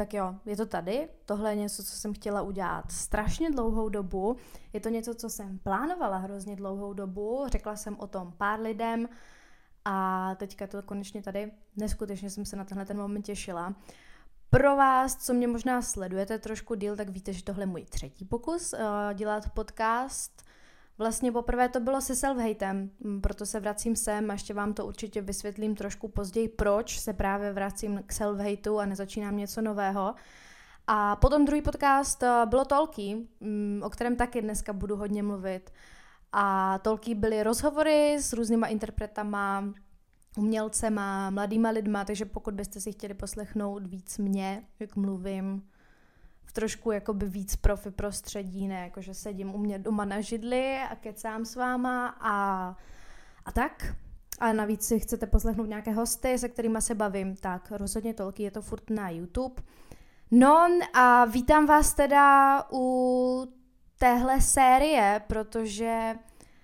tak jo, je to tady. Tohle je něco, co jsem chtěla udělat strašně dlouhou dobu. Je to něco, co jsem plánovala hrozně dlouhou dobu. Řekla jsem o tom pár lidem a teďka je to konečně tady. Neskutečně jsem se na tenhle ten moment těšila. Pro vás, co mě možná sledujete trošku díl, tak víte, že tohle je můj třetí pokus dělat podcast. Vlastně poprvé to bylo se self-hatem, proto se vracím sem a ještě vám to určitě vysvětlím trošku později, proč se právě vracím k self-hateu a nezačínám něco nového. A potom druhý podcast bylo Talky, o kterém taky dneska budu hodně mluvit. A Talky byly rozhovory s různýma interpretama, umělcema, mladýma lidma, takže pokud byste si chtěli poslechnout víc mě, jak mluvím, v trošku jakoby víc profi prostředí, ne jakože sedím u mě doma na židli a kecám s váma a tak. A navíc si chcete poslechnout nějaké hosty, se kterými se bavím, tak rozhodně Talky, je to furt na YouTube. No a vítám vás teda u téhle série, protože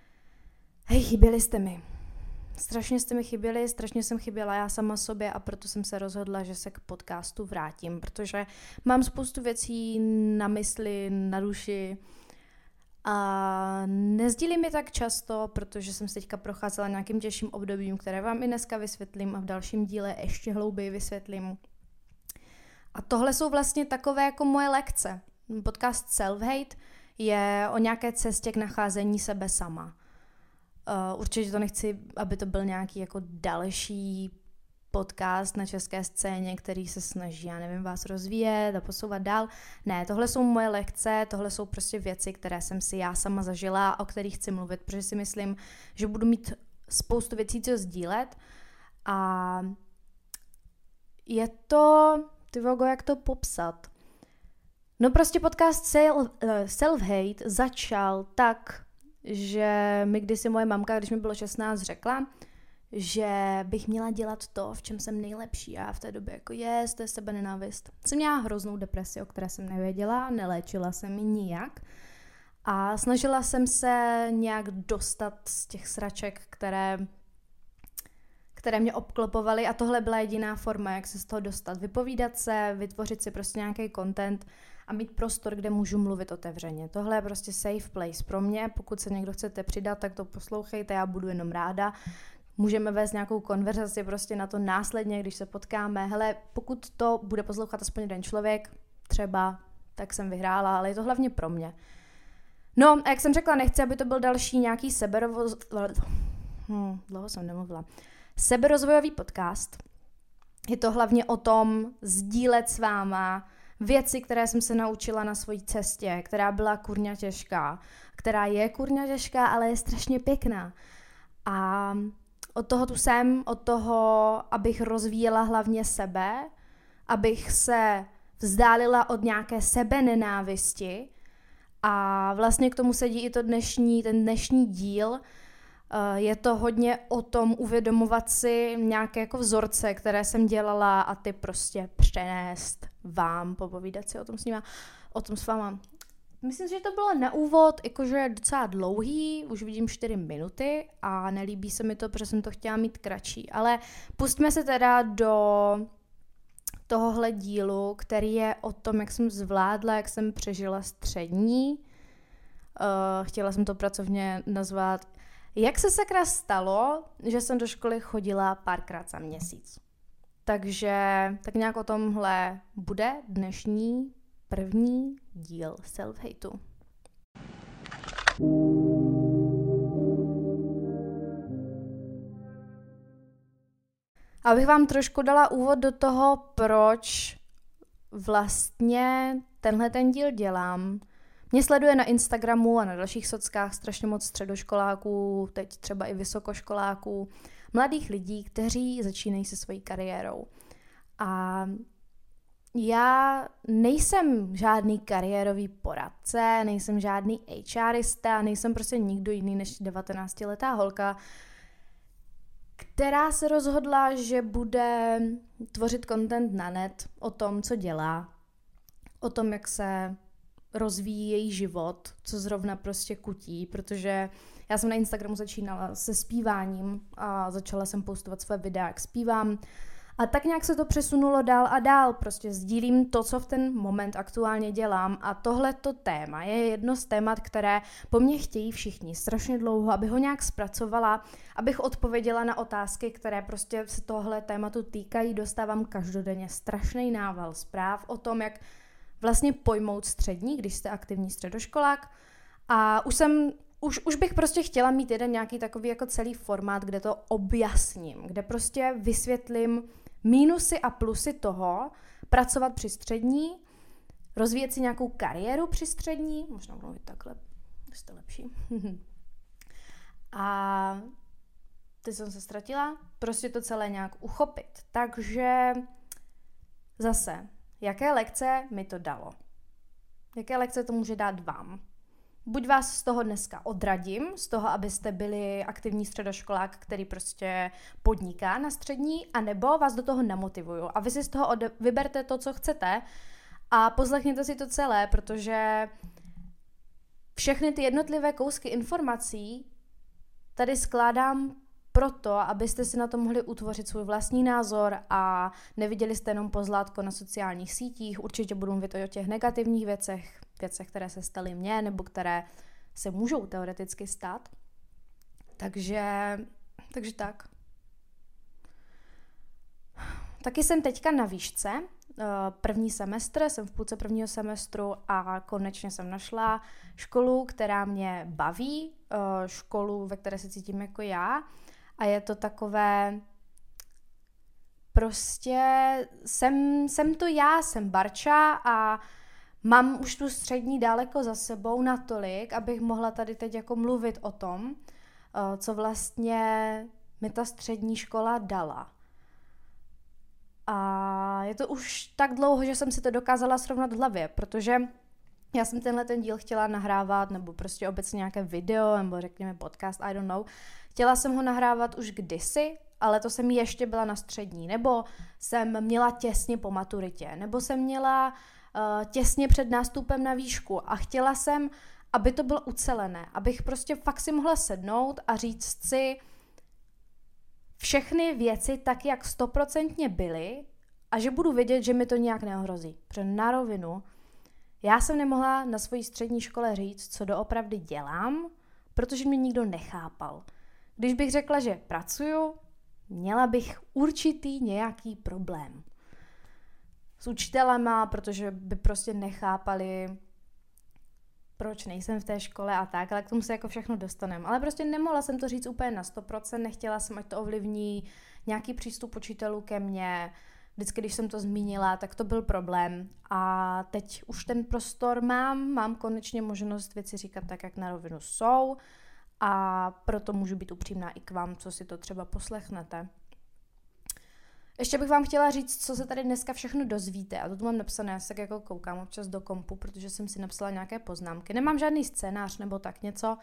chyběli jste mi. Strašně jste mi chyběli, strašně jsem chyběla já sama sobě a proto jsem se rozhodla, že se k podcastu vrátím, protože mám spoustu věcí na mysli, na duši a nesdílím je tak často, protože jsem se teďka procházela nějakým těžším obdobím, které vám i dneska vysvětlím a v dalším díle ještě hlouběji vysvětlím. A tohle jsou vlastně takové jako moje lekce. Podcast Self-Hate je o nějaké cestě k nacházení sebe sama. Určitě to nechci, aby to byl nějaký jako další podcast na české scéně, který se snaží, já nevím, vás rozvíjet a posouvat dál. Ne, tohle jsou moje lekce, tohle jsou prostě věci, které jsem si já sama zažila a o kterých chci mluvit, protože si myslím, že budu mít spoustu věcí, co sdílet. A je to, jak to popsat? No prostě podcast Self-Hate začal tak, že mi kdysi moje mamka, když mi bylo 16, řekla, že bych měla dělat to, v čem jsem nejlepší. A v té době jako to je sebenenávist. Jsem měla hroznou depresi, o které jsem nevěděla, neléčila jsem ji nijak. A snažila jsem se nějak dostat z těch sraček, které mě obklopovaly a tohle byla jediná forma, jak se z toho dostat. Vypovídat se, vytvořit si prostě nějaký content a mít prostor, kde můžu mluvit otevřeně. Tohle je prostě safe place pro mě. Pokud se někdo chcete přidat, tak to poslouchejte, já budu jenom ráda. Můžeme vést nějakou konverzaci prostě na to následně, když se potkáme. Hele, pokud to bude poslouchat aspoň jeden člověk, třeba, tak jsem vyhrála, ale je to hlavně pro mě. No, a jak jsem řekla, nechci, aby to byl další nějaký seberozvojový podcast. Je to hlavně o tom sdílet s váma věci, které jsem se naučila na své cestě, která byla kurňa těžká, která je kurňa těžká, ale je strašně pěkná. A od toho tu jsem, od toho, abych rozvíjela hlavně sebe, abych se vzdálila od nějaké sebenenávisti a vlastně k tomu sedí i ten dnešní díl. Je to hodně o tom uvědomovat si nějaké jako vzorce, které jsem dělala a ty prostě přenést vám, popovídat si o tom s váma. Myslím, že to bylo na úvod jakože docela dlouhý, už vidím 4 minuty a nelíbí se mi to, protože jsem to chtěla mít kratší, ale pustíme se teda do tohohle dílu, který je o tom, jak jsem zvládla, jak jsem přežila střední. Chtěla jsem to pracovně nazvat jak se sakra stalo, že jsem do školy chodila párkrát za měsíc. Takže tak nějak o tomhle bude dnešní první díl Self-Hateu. Abych vám trošku dala úvod do toho, proč vlastně tenhle ten díl dělám. Mě sleduje na Instagramu a na dalších sockách strašně moc středoškoláků, teď třeba i vysokoškoláků, mladých lidí, kteří začínají se svojí kariérou. A já nejsem žádný kariérový poradce, nejsem žádný HRista, nejsem prostě nikdo jiný než 19letá holka, která se rozhodla, že bude tvořit content na net o tom, co dělá, o tom, jak se rozvíjí její život, co zrovna prostě kutí, protože já jsem na Instagramu začínala se zpíváním a začala jsem postovat své videa, jak zpívám A tak nějak se to přesunulo dál a dál, prostě sdílím to, co v ten moment aktuálně dělám a tohleto téma je jedno z témat, které po mně chtějí všichni strašně dlouho, abych ho nějak zpracovala, abych odpověděla na otázky, které prostě se tohle tématu týkají, dostávám každodenně strašný nával zpráv o tom, jak vlastně pojmout střední, když jste aktivní středoškolák a už bych prostě chtěla mít jeden nějaký takový jako celý formát, kde to objasním, kde prostě vysvětlím mínusy a plusy toho, pracovat při střední, rozvíjet si nějakou kariéru při střední, možná mluvit takhle, jste lepší. A teď jsem se ztratila, prostě to celé nějak uchopit. Takže zase, jaké lekce mi to dalo? Jaké lekce to může dát vám? Buď vás z toho dneska odradím, z toho, abyste byli aktivní středoškolák, který prostě podniká na střední, anebo vás do toho namotivuju. A vy si z toho vyberte to, co chcete a poslechněte si to celé, protože všechny ty jednotlivé kousky informací tady skládám proto, abyste si na to mohli utvořit svůj vlastní názor a neviděli jste jenom pozlátko na sociálních sítích. Určitě budu mluvit o těch negativních věcech, které se staly mně nebo které se můžou teoreticky stát. Takže tak. Taky jsem teďka na výšce, první semestr, jsem v půlce prvního semestru a konečně jsem našla školu, která mě baví, školu, ve které se cítím jako já. A je to takové, prostě jsem to já, jsem Barča a mám už tu střední daleko za sebou natolik, abych mohla tady teď jako mluvit o tom, co vlastně mi ta střední škola dala. A je to už tak dlouho, že jsem si to dokázala srovnat v hlavě, protože já jsem ten díl chtěla nahrávat, nebo prostě obecně nějaké video, nebo řekněme podcast, I don't know. Chtěla jsem ho nahrávat už kdysi, ale to jsem ještě byla na střední, nebo jsem měla těsně po maturitě, nebo jsem měla těsně před nástupem na výšku a chtěla jsem, aby to bylo ucelené, abych prostě fakt si mohla sednout a říct si všechny věci tak, jak 100% byly a že budu vědět, že mi to nějak neohrozí. Protože na rovinu já jsem nemohla na své střední škole říct, co doopravdy dělám, protože mě nikdo nechápal. Když bych řekla, že pracuju, měla bych určitý nějaký problém s učitelema, protože by prostě nechápali, proč nejsem v té škole a tak, ale k tomu se jako všechno dostaneme. Ale prostě nemohla jsem to říct úplně na 100%, nechtěla jsem, ať to ovlivní nějaký přístup učitelů ke mně. Vždycky, když jsem to zmínila, tak to byl problém. A teď už ten prostor mám konečně možnost věci říkat tak, jak na rovinu jsou. A proto můžu být upřímná i k vám, co si to třeba poslechnete. Ještě bych vám chtěla říct, co se tady dneska všechno dozvíte. A to tu mám napsané, já se tak jako koukám občas do kompu, protože jsem si napsala nějaké poznámky. Nemám žádný scénář nebo tak něco,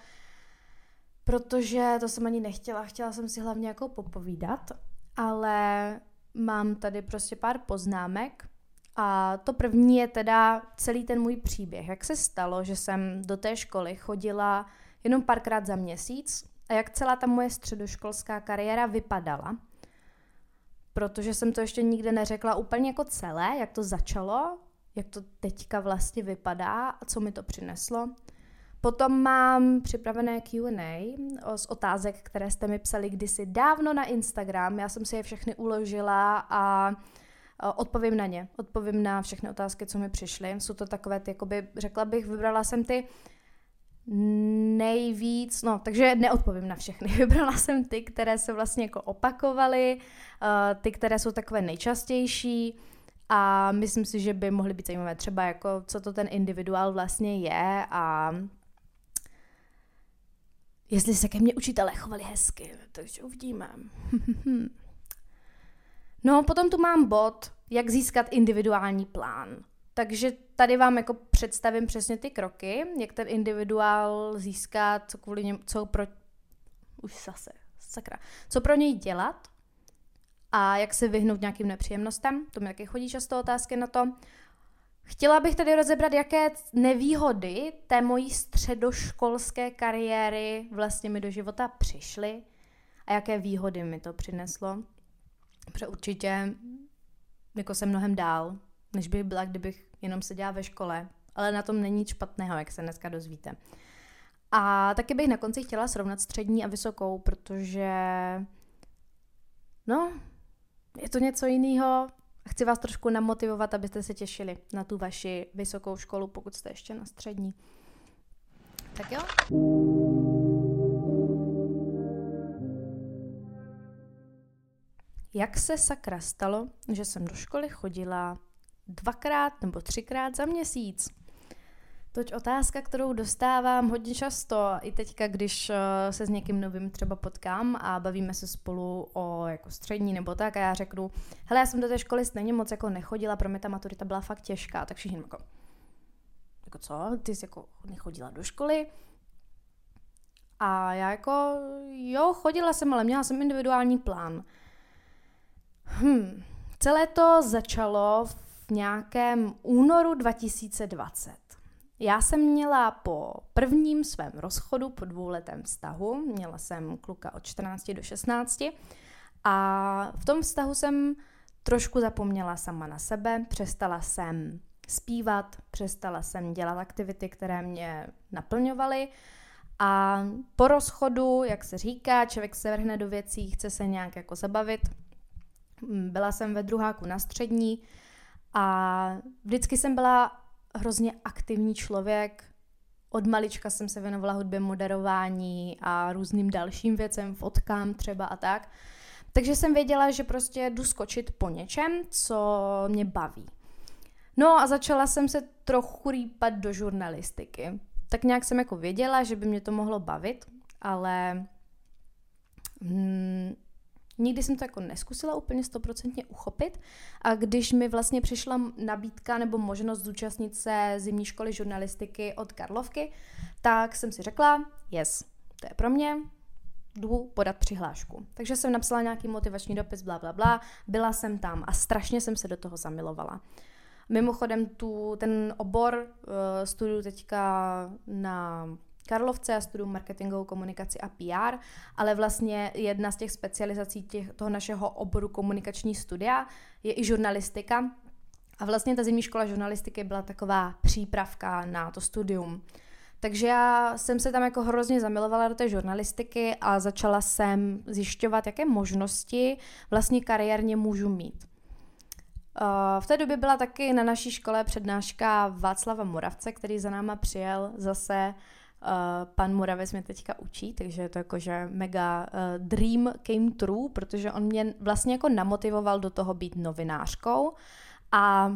protože to jsem ani nechtěla. Chtěla jsem si hlavně jako popovídat, ale mám tady prostě pár poznámek. A to první je teda celý ten můj příběh. Jak se stalo, že jsem do té školy chodila jenom párkrát za měsíc a jak celá ta moje středoškolská kariéra vypadala. Protože jsem to ještě nikde neřekla úplně jako celé, jak to začalo, jak to teďka vlastně vypadá a co mi to přineslo. Potom mám připravené Q&A z otázek, které jste mi psali kdysi dávno na Instagram. Já jsem si je všechny uložila a odpovím na ně. Odpovím na všechny otázky, co mi přišly. Jsou to takové, jakoby, řekla bych, vybrala jsem ty nejvíc, no, takže neodpovím na všechny. Vybrala jsem ty, které se vlastně jako opakovaly, ty, které jsou takové nejčastější a myslím si, že by mohly být zajímavé třeba jako, co to ten individuál vlastně je a jestli se ke mně učitelé chovali hezky, takže uvidíme. No, potom tu mám bod, jak získat individuální plán. Takže tady vám jako představím přesně ty kroky, jak ten individuál získat, co pro něj dělat a jak se vyhnout nějakým nepříjemnostem. To mi taky chodí často otázky na to. Chtěla bych tady rozebrat, jaké nevýhody té mojí středoškolské kariéry vlastně mi do života přišly a jaké výhody mi to přineslo. Protože určitě jako jsem mnohem dál, než bych byla, kdybych jenom seděla ve škole. Ale na tom není nic špatného, jak se dneska dozvíte. A taky bych na konci chtěla srovnat střední a vysokou, protože je to něco jiného. Chci vás trošku namotivovat, abyste se těšili na tu vaši vysokou školu, pokud jste ještě na střední. Tak jo? Jak se sakra stalo, že jsem do školy chodila 2x nebo 3x za měsíc? Toť otázka, kterou dostávám hodně často, i teďka, když se s někým novým třeba potkám a bavíme se spolu o jako střední nebo tak a já řeknu, hele, já jsem do té školy stejně moc jako nechodila, pro mě ta maturita byla fakt těžká, tak všichni jako co, ty jsi jako nechodila do školy? A já jako, jo, chodila jsem, ale měla jsem individuální plán. Celé to začalo v nějakém únoru 2020. Já jsem měla po prvním svém rozchodu, po 2letém vztahu, měla jsem kluka od 14 do 16 a v tom vztahu jsem trošku zapomněla sama na sebe, přestala jsem zpívat, přestala jsem dělat aktivity, které mě naplňovaly a po rozchodu, jak se říká, člověk se vrhne do věcí, chce se nějak jako zabavit. Byla jsem ve druháku na střední a vždycky jsem byla hrozně aktivní člověk. Od malička jsem se věnovala hudbě, moderování a různým dalším věcem, fotkám třeba a tak. Takže jsem věděla, že prostě jdu skočit po něčem, co mě baví. No a začala jsem se trochu rýpat do žurnalistiky. Tak nějak jsem jako věděla, že by mě to mohlo bavit, ale nikdy jsem to jako neskusila úplně 100% uchopit a když mi vlastně přišla nabídka nebo možnost zúčastnit se zimní školy žurnalistiky od Karlovky, tak jsem si řekla, yes, to je pro mě, jdu podat přihlášku. Takže jsem napsala nějaký motivační dopis, blablabla, byla jsem tam a strašně jsem se do toho zamilovala. Mimochodem ten obor studuju teďka na Karlovce, já studuju marketingovou komunikaci a PR, ale vlastně jedna z těch specializací toho našeho oboru komunikační studia je i žurnalistika. A vlastně ta zimní škola žurnalistiky byla taková přípravka na to studium. Takže já jsem se tam jako hrozně zamilovala do té žurnalistiky a začala jsem zjišťovat, jaké možnosti vlastně kariérně můžu mít. V té době byla taky na naší škole přednáška Václava Moravce, který za náma přijel zase. Pan Moravec mě teďka učí, takže je to jakože mega dream came true, protože on mě vlastně jako namotivoval do toho být novinářkou a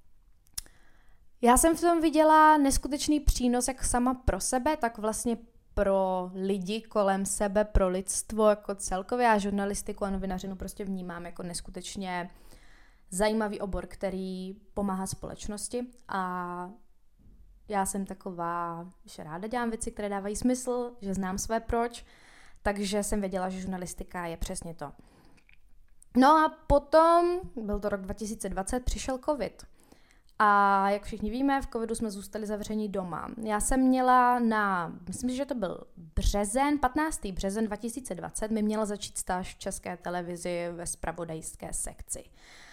já jsem v tom viděla neskutečný přínos jak sama pro sebe, tak vlastně pro lidi kolem sebe, pro lidstvo jako celkově. Já žurnalistiku a novinařinu prostě vnímám jako neskutečně zajímavý obor, který pomáhá společnosti a já jsem taková, že ráda dělám věci, které dávají smysl, že znám své proč, takže jsem věděla, že žurnalistika je přesně to. No a potom, byl to rok 2020, přišel covid. A jak všichni víme, v covidu jsme zůstali zavření doma. Já jsem měla myslím si, že to byl 15. březen 2020, mi měla začít stáž v České televizi ve zpravodajské sekci.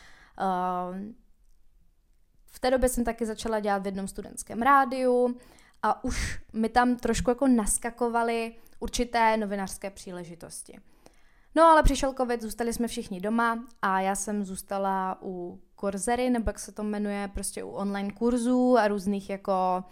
V té době jsem taky začala dělat v jednom studentském rádiu a už mi tam trošku jako naskakovaly určité novinářské příležitosti. No ale přišel covid, zůstali jsme všichni doma a já jsem zůstala u Coursera, nebo jak se to jmenuje, prostě u online kurzů a různých jako,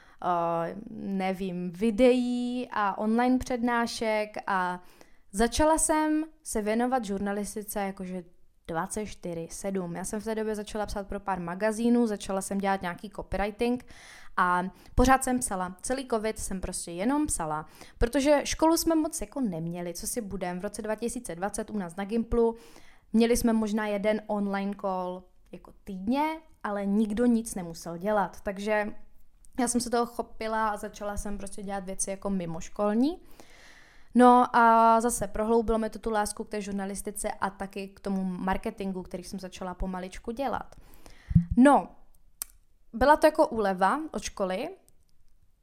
videí a online přednášek a začala jsem se věnovat žurnalistice jakože 24/7. Já jsem v té době začala psát pro pár magazínů, začala jsem dělat nějaký copywriting a pořád jsem psala. Celý covid jsem prostě jenom psala, protože školu jsme moc jako neměli, co si budem. V roce 2020 u nás na Gimplu měli jsme možná jeden online call jako týdně, ale nikdo nic nemusel dělat, takže já jsem se toho chopila a začala jsem prostě dělat věci jako mimoškolní. No a zase prohloubilo mi to tu lásku k té žurnalistice a taky k tomu marketingu, který jsem začala pomaličku dělat. No, byla to jako úleva od školy,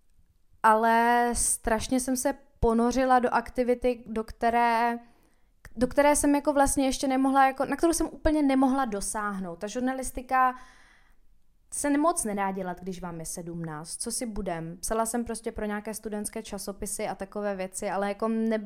ale strašně jsem se ponořila do aktivity, do které jsem jako vlastně ještě nemohla, jako, na kterou jsem úplně nemohla dosáhnout. Ta žurnalistika se moc nedá dělat, když vám je 17. Co si budem? Psala jsem prostě pro nějaké studentské časopisy a takové věci, ale jako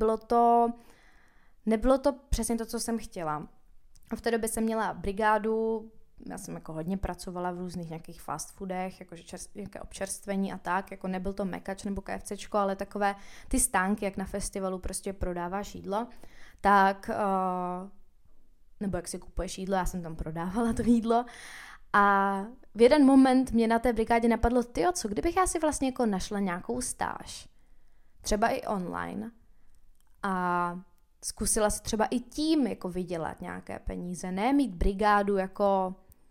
nebylo to přesně to, co jsem chtěla. V té době jsem měla brigádu, já jsem jako hodně pracovala v různých nějakých fast foodech, jakože nějaké občerstvení a tak, jako nebyl to Mekač nebo KFCčko, ale takové ty stánky, jak na festivalu prostě prodáváš jídlo, tak, nebo jak si kupuješ jídlo, já jsem tam prodávala to jídlo a v jeden moment mě na té brigádě napadlo, tyjo, co kdybych já si vlastně jako našla nějakou stáž, třeba i online a zkusila si třeba i tím jako vydělat nějaké peníze, ne mít brigádu jako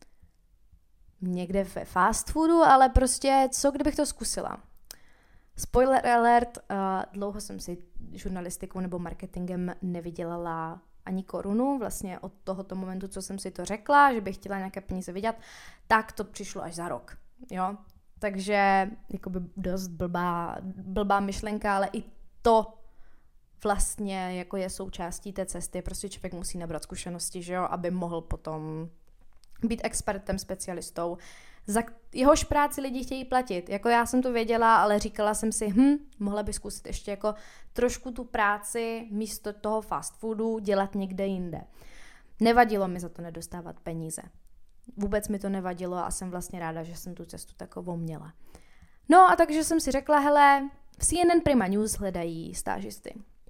někde ve fast foodu, ale prostě co kdybych to zkusila. Spoiler alert, dlouho jsem si žurnalistikou nebo marketingem nevydělala ani korunu, vlastně od tohoto momentu, co jsem si to řekla, že bych chtěla nějaké peníze vydělat, tak to přišlo až za rok, jo. Takže jakoby dost blbá myšlenka, ale i to vlastně jako je součástí té cesty, prostě člověk musí nabrat zkušenosti, že jo, aby mohl potom být expertem, specialistou. Za jehož práci lidi chtějí platit. Jako já jsem to věděla, ale říkala jsem si, mohla bych zkusit ještě jako trošku tu práci místo toho fast foodu dělat někde jinde. Nevadilo mi za to nedostávat peníze. Vůbec mi to nevadilo a jsem vlastně ráda, že jsem tu cestu takovou měla. No a takže jsem si řekla, hele, v CNN Prima News hledají stážisty.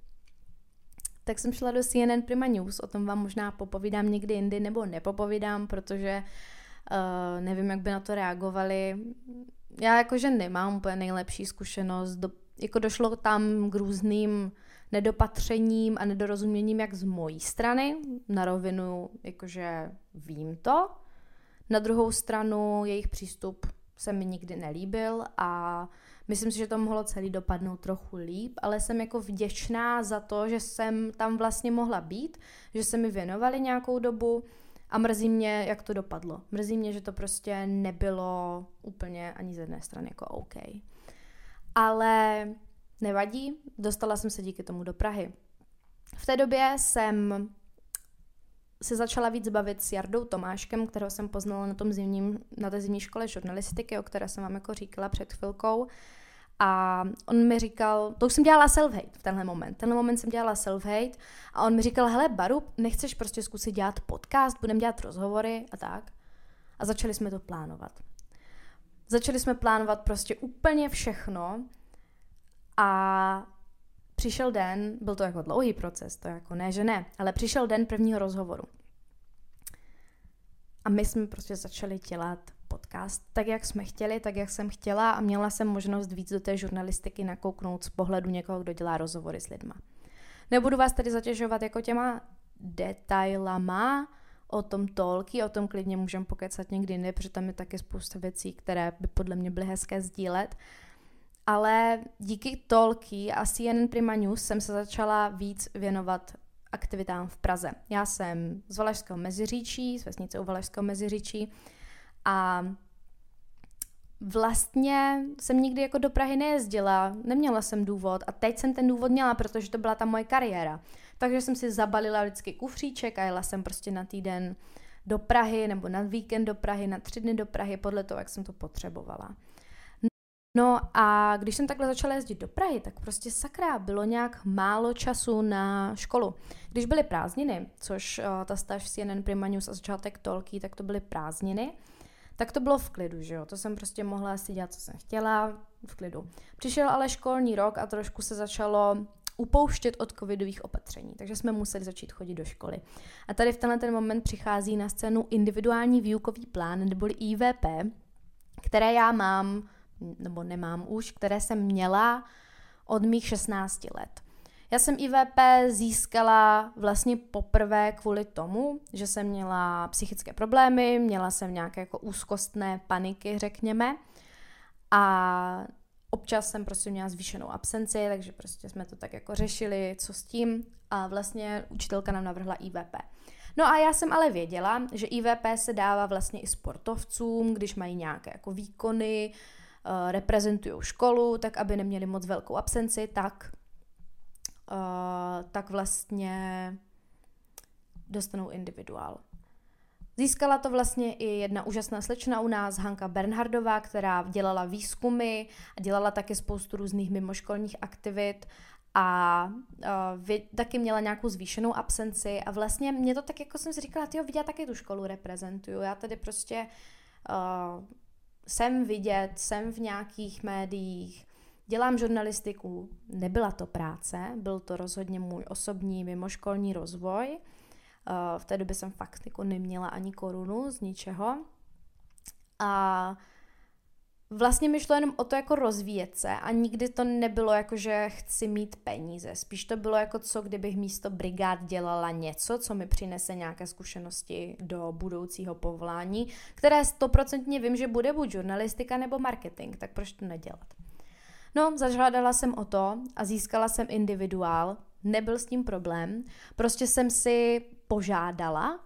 Tak jsem šla do CNN Prima News, o tom vám možná popovídám někdy jindy, nebo nepopovídám, protože nevím, jak by na to reagovali. Já jakože nemám úplně nejlepší zkušenost, jako došlo tam k různým nedopatřením a nedorozuměním jak z mojí strany, na rovinu jakože vím to, na druhou stranu jejich přístup se mi nikdy nelíbil a myslím si, že to mohlo celý dopadnout trochu líp, ale jsem jako vděčná za to, že jsem tam vlastně mohla být, že se mi věnovali nějakou dobu a mrzí mě, jak to dopadlo. Mrzí mě, že to prostě nebylo úplně ani z jedné strany jako OK. Ale nevadí, dostala jsem se díky tomu do Prahy. V té době jsem se začala víc bavit s Jardou Tomáškem, kterého jsem poznala na té zimní škole žurnalistiky, o které jsem vám jako říkala před chvilkou. A on mi říkal, to už jsem dělala self-hate v tenhle moment jsem dělala self-hate a on mi říkal, hele Baru, nechceš prostě zkusit dělat podcast, budeme dělat rozhovory a tak. A začali jsme to plánovat. Začali jsme plánovat prostě úplně všechno a přišel den, byl to jako dlouhý proces, to jako ne, že ne, ale přišel den prvního rozhovoru. A my jsme prostě začali dělat podcast tak, jak jsme chtěli, tak, jak jsem chtěla a měla jsem možnost víc do té žurnalistiky nakouknout z pohledu někoho, kdo dělá rozhovory s lidma. Nebudu vás tady zatěžovat jako těma detailama o tom talky, o tom klidně můžeme pokecat někdy jiný, protože tam je taky spousta věcí, které by podle mě byly hezké sdílet. Ale díky talky a CNN Prima News jsem se začala víc věnovat aktivitám v Praze. Já jsem z Valašského Meziříčí, z vesnice u Valašského Meziříčí a vlastně jsem nikdy jako do Prahy nejezdila, neměla jsem důvod a teď jsem ten důvod měla, protože to byla ta moje kariéra. Takže jsem si zabalila vždycky kufříček a jela jsem prostě na týden do Prahy nebo na víkend do Prahy, na 3 dny do Prahy, podle toho, jak jsem to potřebovala. No a když jsem takhle začala jezdit do Prahy, tak prostě sakra, bylo nějak málo času na školu. Když byly prázdniny, což ta stáž v CNN Prima News a začátek talky, tak to byly prázdniny, tak to bylo v klidu, že jo. To jsem prostě mohla si dělat, co jsem chtěla, v klidu. Přišel ale školní rok a trošku se začalo upouštět od covidových opatření, takže jsme museli začít chodit do školy. A tady v tenhle ten moment přichází na scénu individuální výukový plán, neboli IVP, které já mám, nebo nemám už, které jsem měla od mých 16 let. Já jsem IVP získala vlastně poprvé kvůli tomu, že jsem měla psychické problémy, měla jsem nějaké jako úzkostné paniky, řekněme, a občas jsem prostě měla zvýšenou absenci, takže prostě jsme to tak jako řešili, co s tím, a vlastně učitelka nám navrhla IVP. No a já jsem ale věděla, že IVP se dává vlastně i sportovcům, když mají nějaké jako výkony, reprezentují školu, tak aby neměli moc velkou absenci, tak vlastně dostanou individuál. Získala to vlastně i jedna úžasná slečna u nás, Hanka Bernhardová, která dělala výzkumy a dělala taky spoustu různých mimoškolních aktivit a taky měla nějakou zvýšenou absenci a vlastně mě to tak, jako jsem si říkala, já taky tu školu reprezentuju, já tady prostě jsem vidět, jsem v nějakých médiích, dělám žurnalistiku, nebyla to práce, byl to rozhodně můj osobní mimoškolní rozvoj. V té době jsem fakt jako neměla ani korunu z ničeho. A vlastně mi šlo jenom o to jako rozvíjet se a nikdy to nebylo jako, že chci mít peníze. Spíš to bylo jako co, kdybych místo brigád dělala něco, co mi přinese nějaké zkušenosti do budoucího povolání, které 100% vím, že bude buď žurnalistika nebo marketing, tak proč to nedělat? No, zažádala jsem o to a získala jsem individuál, nebyl s tím problém, prostě jsem si požádala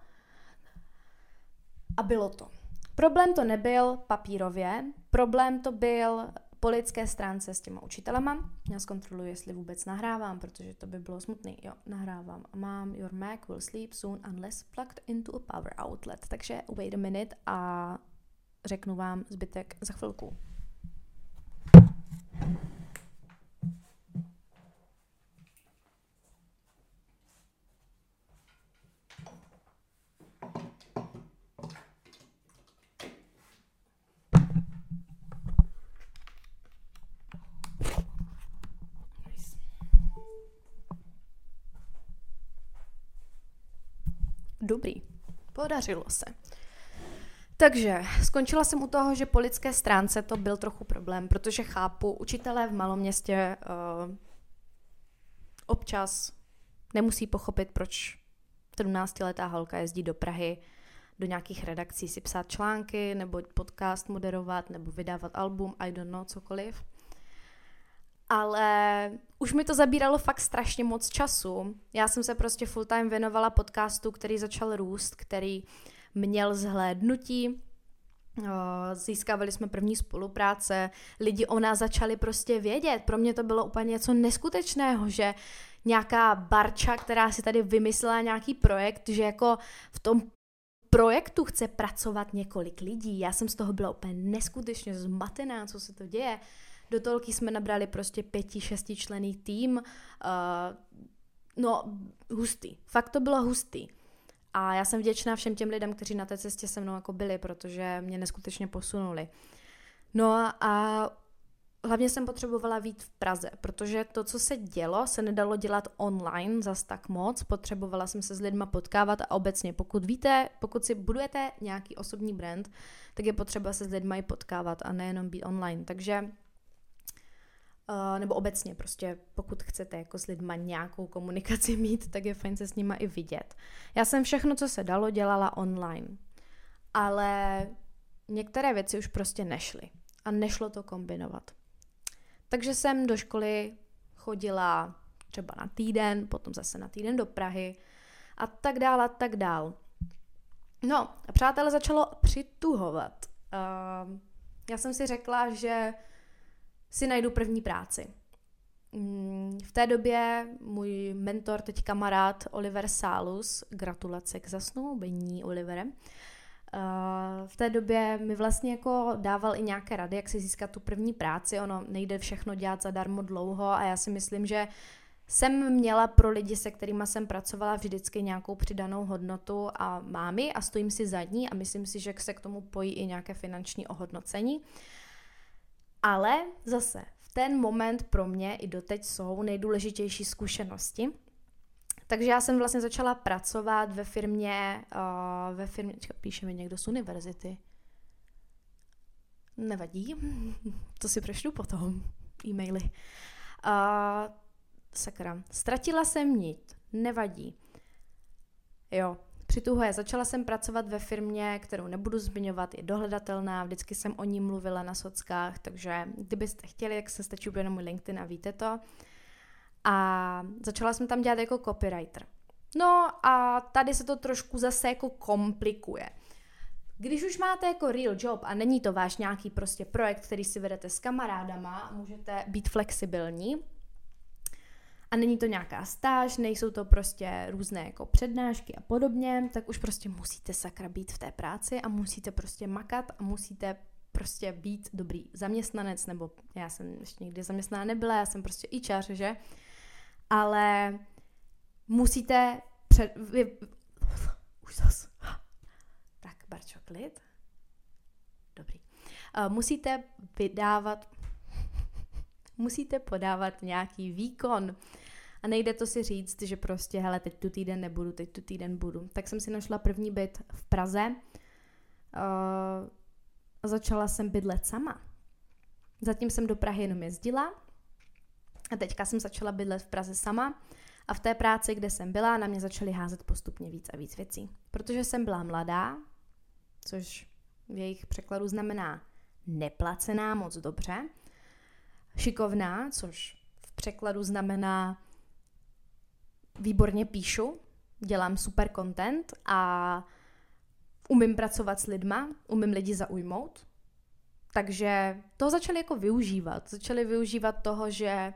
a bylo to. Problém to nebyl papírově, problém to byl po lidské stránce s těma učitelema. Já zkontroluji, jestli vůbec nahrávám, protože to by bylo smutný. Jo, nahrávám. Mám your Mac will sleep soon unless plugged into a power outlet. Takže wait a minute a řeknu vám zbytek za chvilku. Dobrý, podařilo se. Takže skončila jsem u toho, že po lidské stránce to byl trochu problém, protože chápu, učitelé v malom městě občas nemusí pochopit, proč 17letá holka jezdí do Prahy do nějakých redakcí si psát články, nebo podcast moderovat, nebo vydávat album, I don't know, cokoliv. Ale už mi to zabíralo fakt strašně moc času. Já jsem se prostě full time věnovala podcastu, který začal růst, který měl zhlédnutí. Získávali jsme první spolupráce, lidi o nás začali prostě vědět. Pro mě to bylo úplně něco neskutečného, že nějaká barča, která si tady vymyslela nějaký projekt, že jako v tom projektu chce pracovat několik lidí. Já jsem z toho byla úplně neskutečně zmatená, co se to děje. Do tolky jsme nabrali prostě 5-6 členný tým. Hustý. Fakt to bylo hustý. A já jsem vděčná všem těm lidem, kteří na té cestě se mnou jako byli, protože mě neskutečně posunuli. No a hlavně jsem potřebovala být v Praze, protože to, co se dělo, se nedalo dělat online zas tak moc. Potřebovala jsem se s lidma potkávat a obecně, pokud si budujete nějaký osobní brand, tak je potřeba se s lidma i potkávat a nejenom být online. Takže nebo obecně prostě, pokud chcete jako s lidma nějakou komunikaci mít, tak je fajn se s nima i vidět. Já jsem všechno, co se dalo, dělala online, ale některé věci už prostě nešly a nešlo to kombinovat. Takže jsem do školy chodila třeba na týden, potom zase na týden do Prahy a tak dál a tak dál. No a přátelé začalo přituhovat. Já jsem si řekla, že si najdu první práci. V té době můj mentor, teď kamarád Oliver Salus, gratulace k zasnoubení, Olivere, v té době mi vlastně jako dával i nějaké rady, jak si získat tu první práci. Ono nejde všechno dělat zadarmo dlouho a já si myslím, že jsem měla pro lidi, se kterými jsem pracovala, vždycky nějakou přidanou hodnotu a mám ji a stojím si za ní a myslím si, že se k tomu pojí i nějaké finanční ohodnocení. Ale zase v ten moment pro mě i doteď jsou nejdůležitější zkušenosti. Takže já jsem vlastně začala pracovat ve firmě, píše mi někdo z univerzity. Nevadí, to si přečtu potom, e-maily. Sakra, ztratila jsem nit, nevadí. Jo, přituhuje, začala jsem pracovat ve firmě, kterou nebudu zmiňovat, je dohledatelná, vždycky jsem o ní mluvila na sockách, takže kdybyste chtěli, tak se stačí úplně na můj LinkedIn a víte to. A začala jsem tam dělat jako copywriter. No a tady se to trošku zase jako komplikuje. Když už máte jako real job a není to váš nějaký prostě projekt, který si vedete s kamarádama, můžete být flexibilní, a není to nějaká stáž, nejsou to prostě různé jako přednášky a podobně, tak už prostě musíte sakra být v té práci a musíte prostě makat a musíte prostě být dobrý zaměstnanec, nebo já jsem ještě nikdy zaměstnaná nebyla, já jsem prostě IČař, že? Ale musíte už zas. Tak, Barčo, klid. Dobrý. Musíte podávat nějaký výkon. A nejde to si říct, že prostě, hele, teď tu týden nebudu, teď tu týden budu. Tak jsem si našla první byt v Praze a začala jsem bydlet sama. Zatím jsem do Prahy jenom jezdila a teďka jsem začala bydlet v Praze sama a v té práci, kde jsem byla, na mě začaly házet postupně víc a víc věcí. Protože jsem byla mladá, což v jejich překladu znamená neplacená moc dobře, šikovná, což v překladu znamená výborně píšu, dělám super content a umím pracovat s lidma, umím lidi zaujmout. Takže toho začali jako využívat. Začali využívat toho, že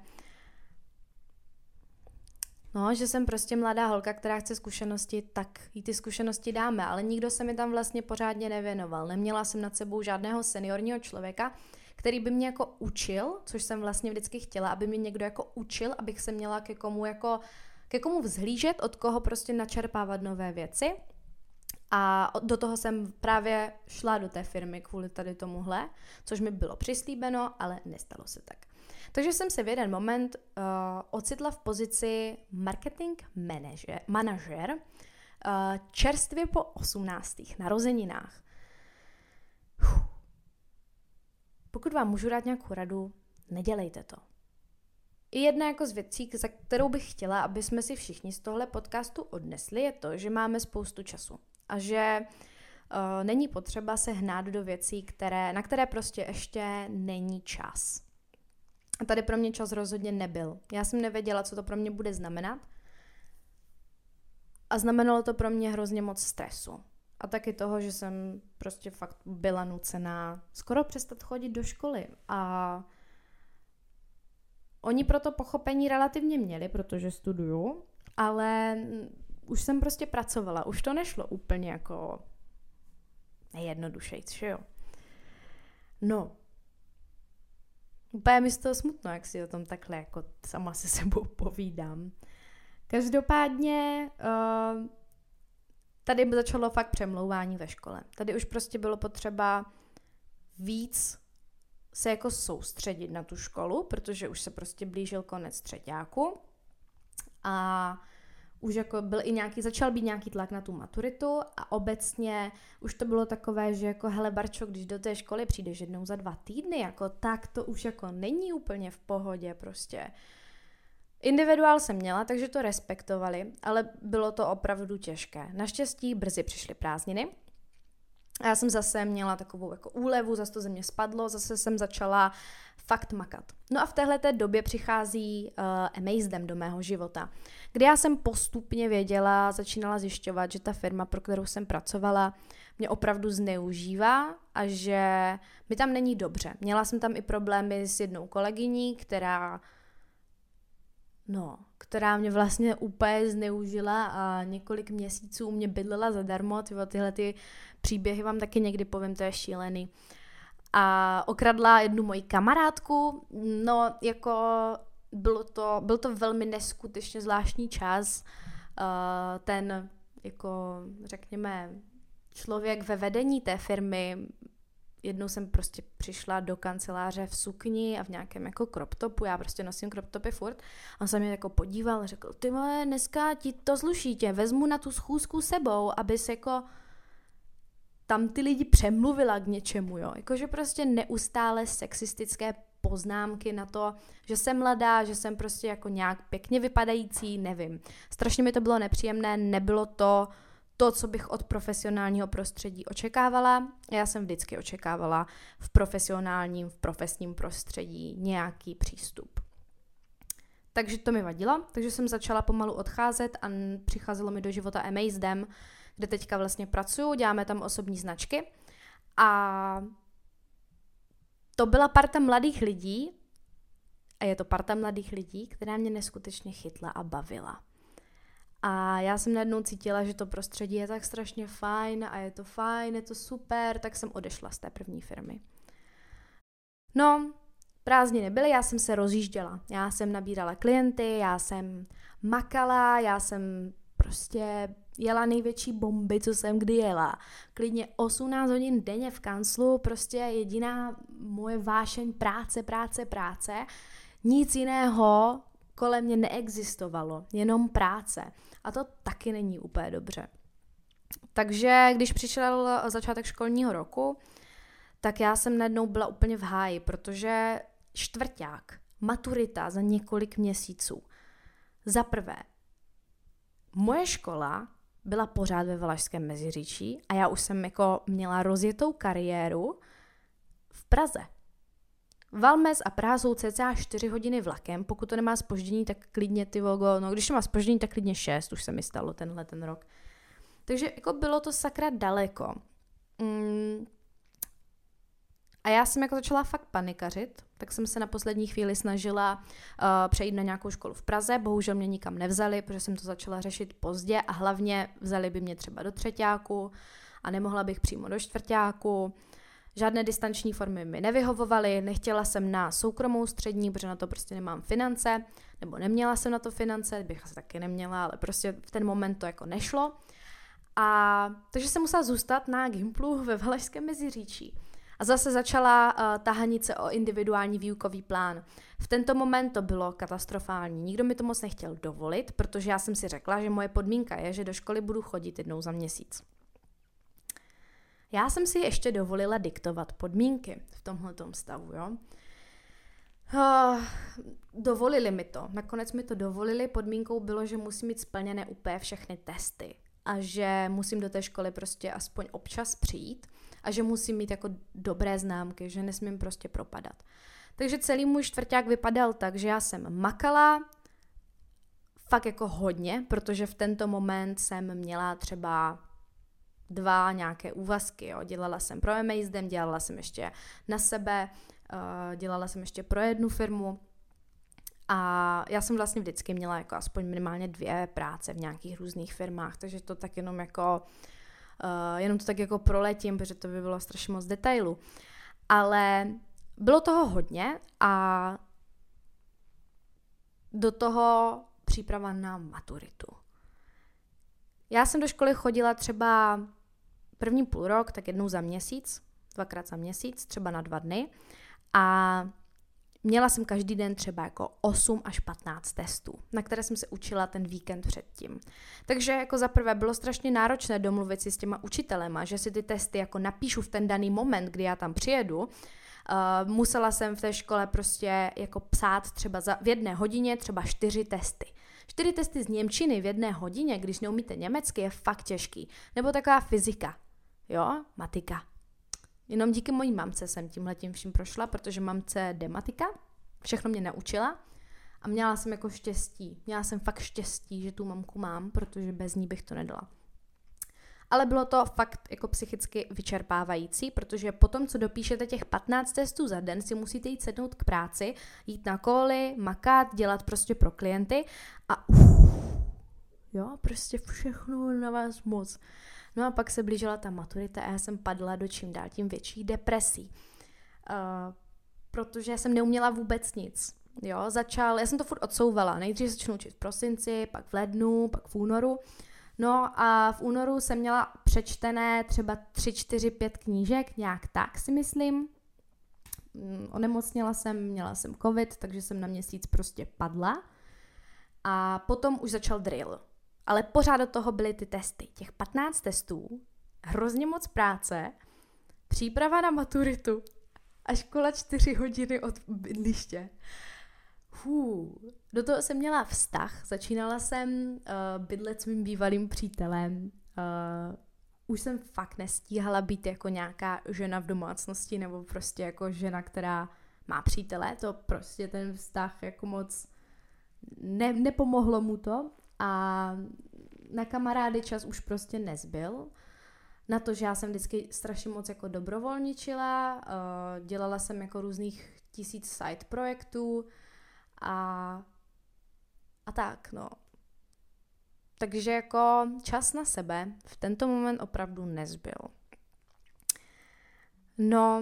jsem prostě mladá holka, která chce zkušenosti, tak jí ty zkušenosti dáme, ale nikdo se mi tam vlastně pořádně nevěnoval. Neměla jsem nad sebou žádného seniorního člověka, který by mě jako učil, což jsem vlastně vždycky chtěla, aby mě někdo jako učil, abych se měla ke komu vzhlížet, od koho prostě načerpávat nové věci. A do toho jsem právě šla do té firmy kvůli tady tomuhle, což mi bylo přislíbeno, ale nestalo se tak. Takže jsem se v jeden moment ocitla v pozici marketing manažer čerstvě po 18. narozeninách. Pokud vám můžu dát nějakou radu, nedělejte to. I jedna jako z věcí, za kterou bych chtěla, aby jsme si všichni z tohle podcastu odnesli, je to, že máme spoustu času. A že není potřeba se hnát do věcí, na které prostě ještě není čas. A tady pro mě čas rozhodně nebyl. Já jsem nevěděla, co to pro mě bude znamenat. A znamenalo to pro mě hrozně moc stresu. A taky toho, že jsem prostě fakt byla nucená skoro přestat chodit do školy. A oni proto pochopení relativně měli, protože studuju, ale už jsem prostě pracovala. Už to nešlo úplně jako nejjednodušejc, že jo? No. Úplně mi z toho smutno, jak si o tom takhle jako sama se sebou povídám. Každopádně tady začalo fakt přemlouvání ve škole. Tady už prostě bylo potřeba víc se jako soustředit na tu školu, protože už se prostě blížil konec třeťáku a už jako začal být nějaký tlak na tu maturitu a obecně už to bylo takové, že jako hele Barčo, když do té školy přijdeš jednou za 2 týdny, jako tak to už jako není úplně v pohodě prostě. Individuál jsem měla, takže to respektovali, ale bylo to opravdu těžké. Naštěstí brzy přišly prázdniny a já jsem zase měla takovou jako úlevu, zase to ze mě spadlo, zase jsem začala fakt makat. No a v téhleté době přichází Amazeddem do mého života, kdy já jsem postupně začínala zjišťovat, že ta firma, pro kterou jsem pracovala, mě opravdu zneužívá a že mi tam není dobře. Měla jsem tam i problémy s jednou kolegyní, která mě vlastně úplně zneužila a několik měsíců mě bydlela zadarmo. Tyhle příběhy vám taky někdy povím, to je šílený. A okradla jednu moji kamarádku, byl to velmi neskutečně zvláštní čas. Ten, jako řekněme, člověk ve vedení té firmy, jednou jsem prostě přišla do kanceláře v sukni a v nějakém jako crop topu, já prostě nosím crop topy furt, a on se mě jako podíval a řekl, ty vole, dneska ti to sluší, tě vezmu na tu schůzku sebou, abys jako tam ty lidi přemluvila k něčemu, jo, jakože prostě neustále sexistické poznámky na to, že jsem mladá, že jsem prostě jako nějak pěkně vypadající, nevím. Strašně mi to bylo nepříjemné, nebylo to, co bych od profesionálního prostředí očekávala. Já jsem vždycky očekávala v profesním prostředí nějaký přístup. Takže to mi vadilo, takže jsem začala pomalu odcházet a přicházelo mi do života Amazeddem, kde teďka vlastně pracuju, děláme tam osobní značky a to byla parta mladých lidí a a je to parta mladých lidí, která mě neskutečně chytla a bavila. A já jsem najednou cítila, že to prostředí je tak strašně fajn a je to super, tak jsem odešla z té první firmy. No, prázdniny byly, já jsem se rozjížděla. Já jsem nabírala klienty, já jsem makala, já jsem prostě jela největší bomby, co jsem kdy jela. Klidně 18 hodin denně v kanclu, prostě jediná moje vášeň práce. Nic jiného kolem mě neexistovalo, jenom práce. A to taky není úplně dobře. Takže když přišel začátek školního roku, tak já jsem najednou byla úplně v háji, protože čtvrťák, maturita za několik měsíců. Za prvé, moje škola byla pořád ve Valašském Meziříčí a já už jsem jako měla rozjetou kariéru v Praze. Valmes a Praha jsou cca 4 hodiny vlakem, pokud to nemá zpoždění, tak klidně když to má zpoždění, tak klidně 6, už se mi stalo ten rok. Takže jako bylo to sakra daleko. A já jsem jako začala fakt panikařit, tak jsem se na poslední chvíli snažila přejít na nějakou školu v Praze, bohužel mě nikam nevzali, protože jsem to začala řešit pozdě a hlavně vzali by mě třeba do třeťáku a nemohla bych přímo do čtvrťáku. Žádné distanční formy mi nevyhovovaly, nechtěla jsem na soukromou střední, protože na to prostě nemám finance, nebo neměla jsem na to finance, bych asi taky neměla, ale prostě v ten moment to jako nešlo. Takže jsem musela zůstat na Gimplu ve Valašském Meziříčí. A zase začala tahanice o individuální výukový plán. V tento moment to bylo katastrofální. Nikdo mi to moc nechtěl dovolit, protože já jsem si řekla, že moje podmínka je, že do školy budu chodit 1 za měsíc. Já jsem si ještě dovolila diktovat podmínky v tomhletom stavu, jo. Dovolili mi to. Nakonec mi to dovolili. Podmínkou bylo, že musím mít splněné úplně všechny testy a že musím do té školy prostě aspoň občas přijít a že musím mít jako dobré známky, že nesmím prostě propadat. Takže celý můj čtvrťák vypadal tak, že já jsem makala fakt jako hodně, protože v tento moment jsem měla třeba 2 nějaké úvazky. Jo. Dělala jsem pro Amazem, dělala jsem ještě na sebe, dělala jsem ještě pro jednu firmu a já jsem vlastně vždycky měla jako aspoň minimálně 2 práce v nějakých různých firmách, takže to tak jenom to tak jako proletím, protože to by bylo strašně moc detailů. Ale bylo toho hodně a do toho příprava na maturitu. Já jsem do školy chodila třeba první půlrok, tak 1 za měsíc, 2krát za měsíc, třeba na 2 dny a měla jsem každý den třeba jako 8 až 15 testů, na které jsem se učila ten víkend předtím. Takže jako za prvé bylo strašně náročné domluvit si s těma učitelema, že si ty testy jako napíšu v ten daný moment, kdy já tam přijedu. Musela jsem v té škole prostě jako psát třeba v 1 hodině třeba 4 testy. 4 testy z němčiny v 1 hodině, když neumíte německy, je fakt těžký. Nebo taková fyzika, jo, matika. Jenom díky mojí mamce jsem tímhletím vším prošla, protože mamce jde matika, všechno mě naučila a měla jsem jako štěstí. Měla jsem fakt štěstí, že tu mamku mám, protože bez ní bych to nedala. Ale bylo to fakt jako psychicky vyčerpávající, protože potom, co dopíšete těch 15 testů za den, si musíte jít sednout k práci, jít na koly, makat, dělat prostě pro klienty a jo, prostě všechno na vás moc. No a pak se blížila ta maturita a já jsem padla do čím dál tím větších depresí. Protože jsem neuměla vůbec nic. Jo, já jsem to furt odsouvala. Nejdřív začnu učit v prosinci, pak v lednu, pak v únoru. No a v únoru jsem měla přečtené třeba 3, 4, 5 knížek, nějak tak si myslím. Onemocněla jsem, měla jsem covid, takže jsem na měsíc prostě padla. A potom už začal drill. Ale pořád do toho byly ty testy. Těch 15 testů, hrozně moc práce, příprava na maturitu a škola 4 hodiny od bydliště. Do toho jsem měla vztah, začínala jsem bydlet s mým bývalým přítelem. Už jsem fakt nestíhala být jako nějaká žena v domácnosti nebo prostě jako žena, která má přítele. To prostě ten vztah jako moc nepomohlo mu to a na kamarády čas už prostě nezbyl. Na to, že já jsem vždycky strašně moc jako dobrovolničila, dělala jsem jako různých 1000 side projektů A tak, no. Takže jako čas na sebe v tento moment opravdu nezbyl. No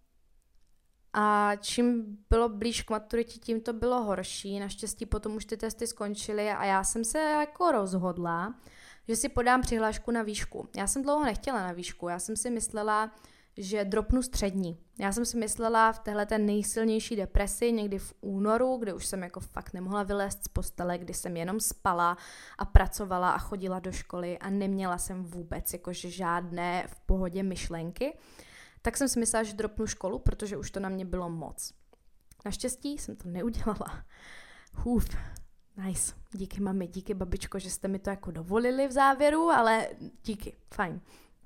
a čím bylo blíž k maturitě, tím to bylo horší. Naštěstí potom už ty testy skončily a já jsem se jako rozhodla, že si podám přihlášku na výšku. Já jsem dlouho nechtěla na výšku, já jsem si myslela, že dropnu střední. Já jsem si myslela v téhle ten nejsilnější depresi někdy v únoru, kdy už jsem jako fakt nemohla vylézt z postele, kdy jsem jenom spala a pracovala a chodila do školy a neměla jsem vůbec jakože žádné v pohodě myšlenky. Tak jsem si myslela, že dropnu školu, protože už to na mě bylo moc. Naštěstí jsem to neudělala. Nice. Díky mami, díky babičko, že jste mi to jako dovolili v závěru, ale díky, fajn.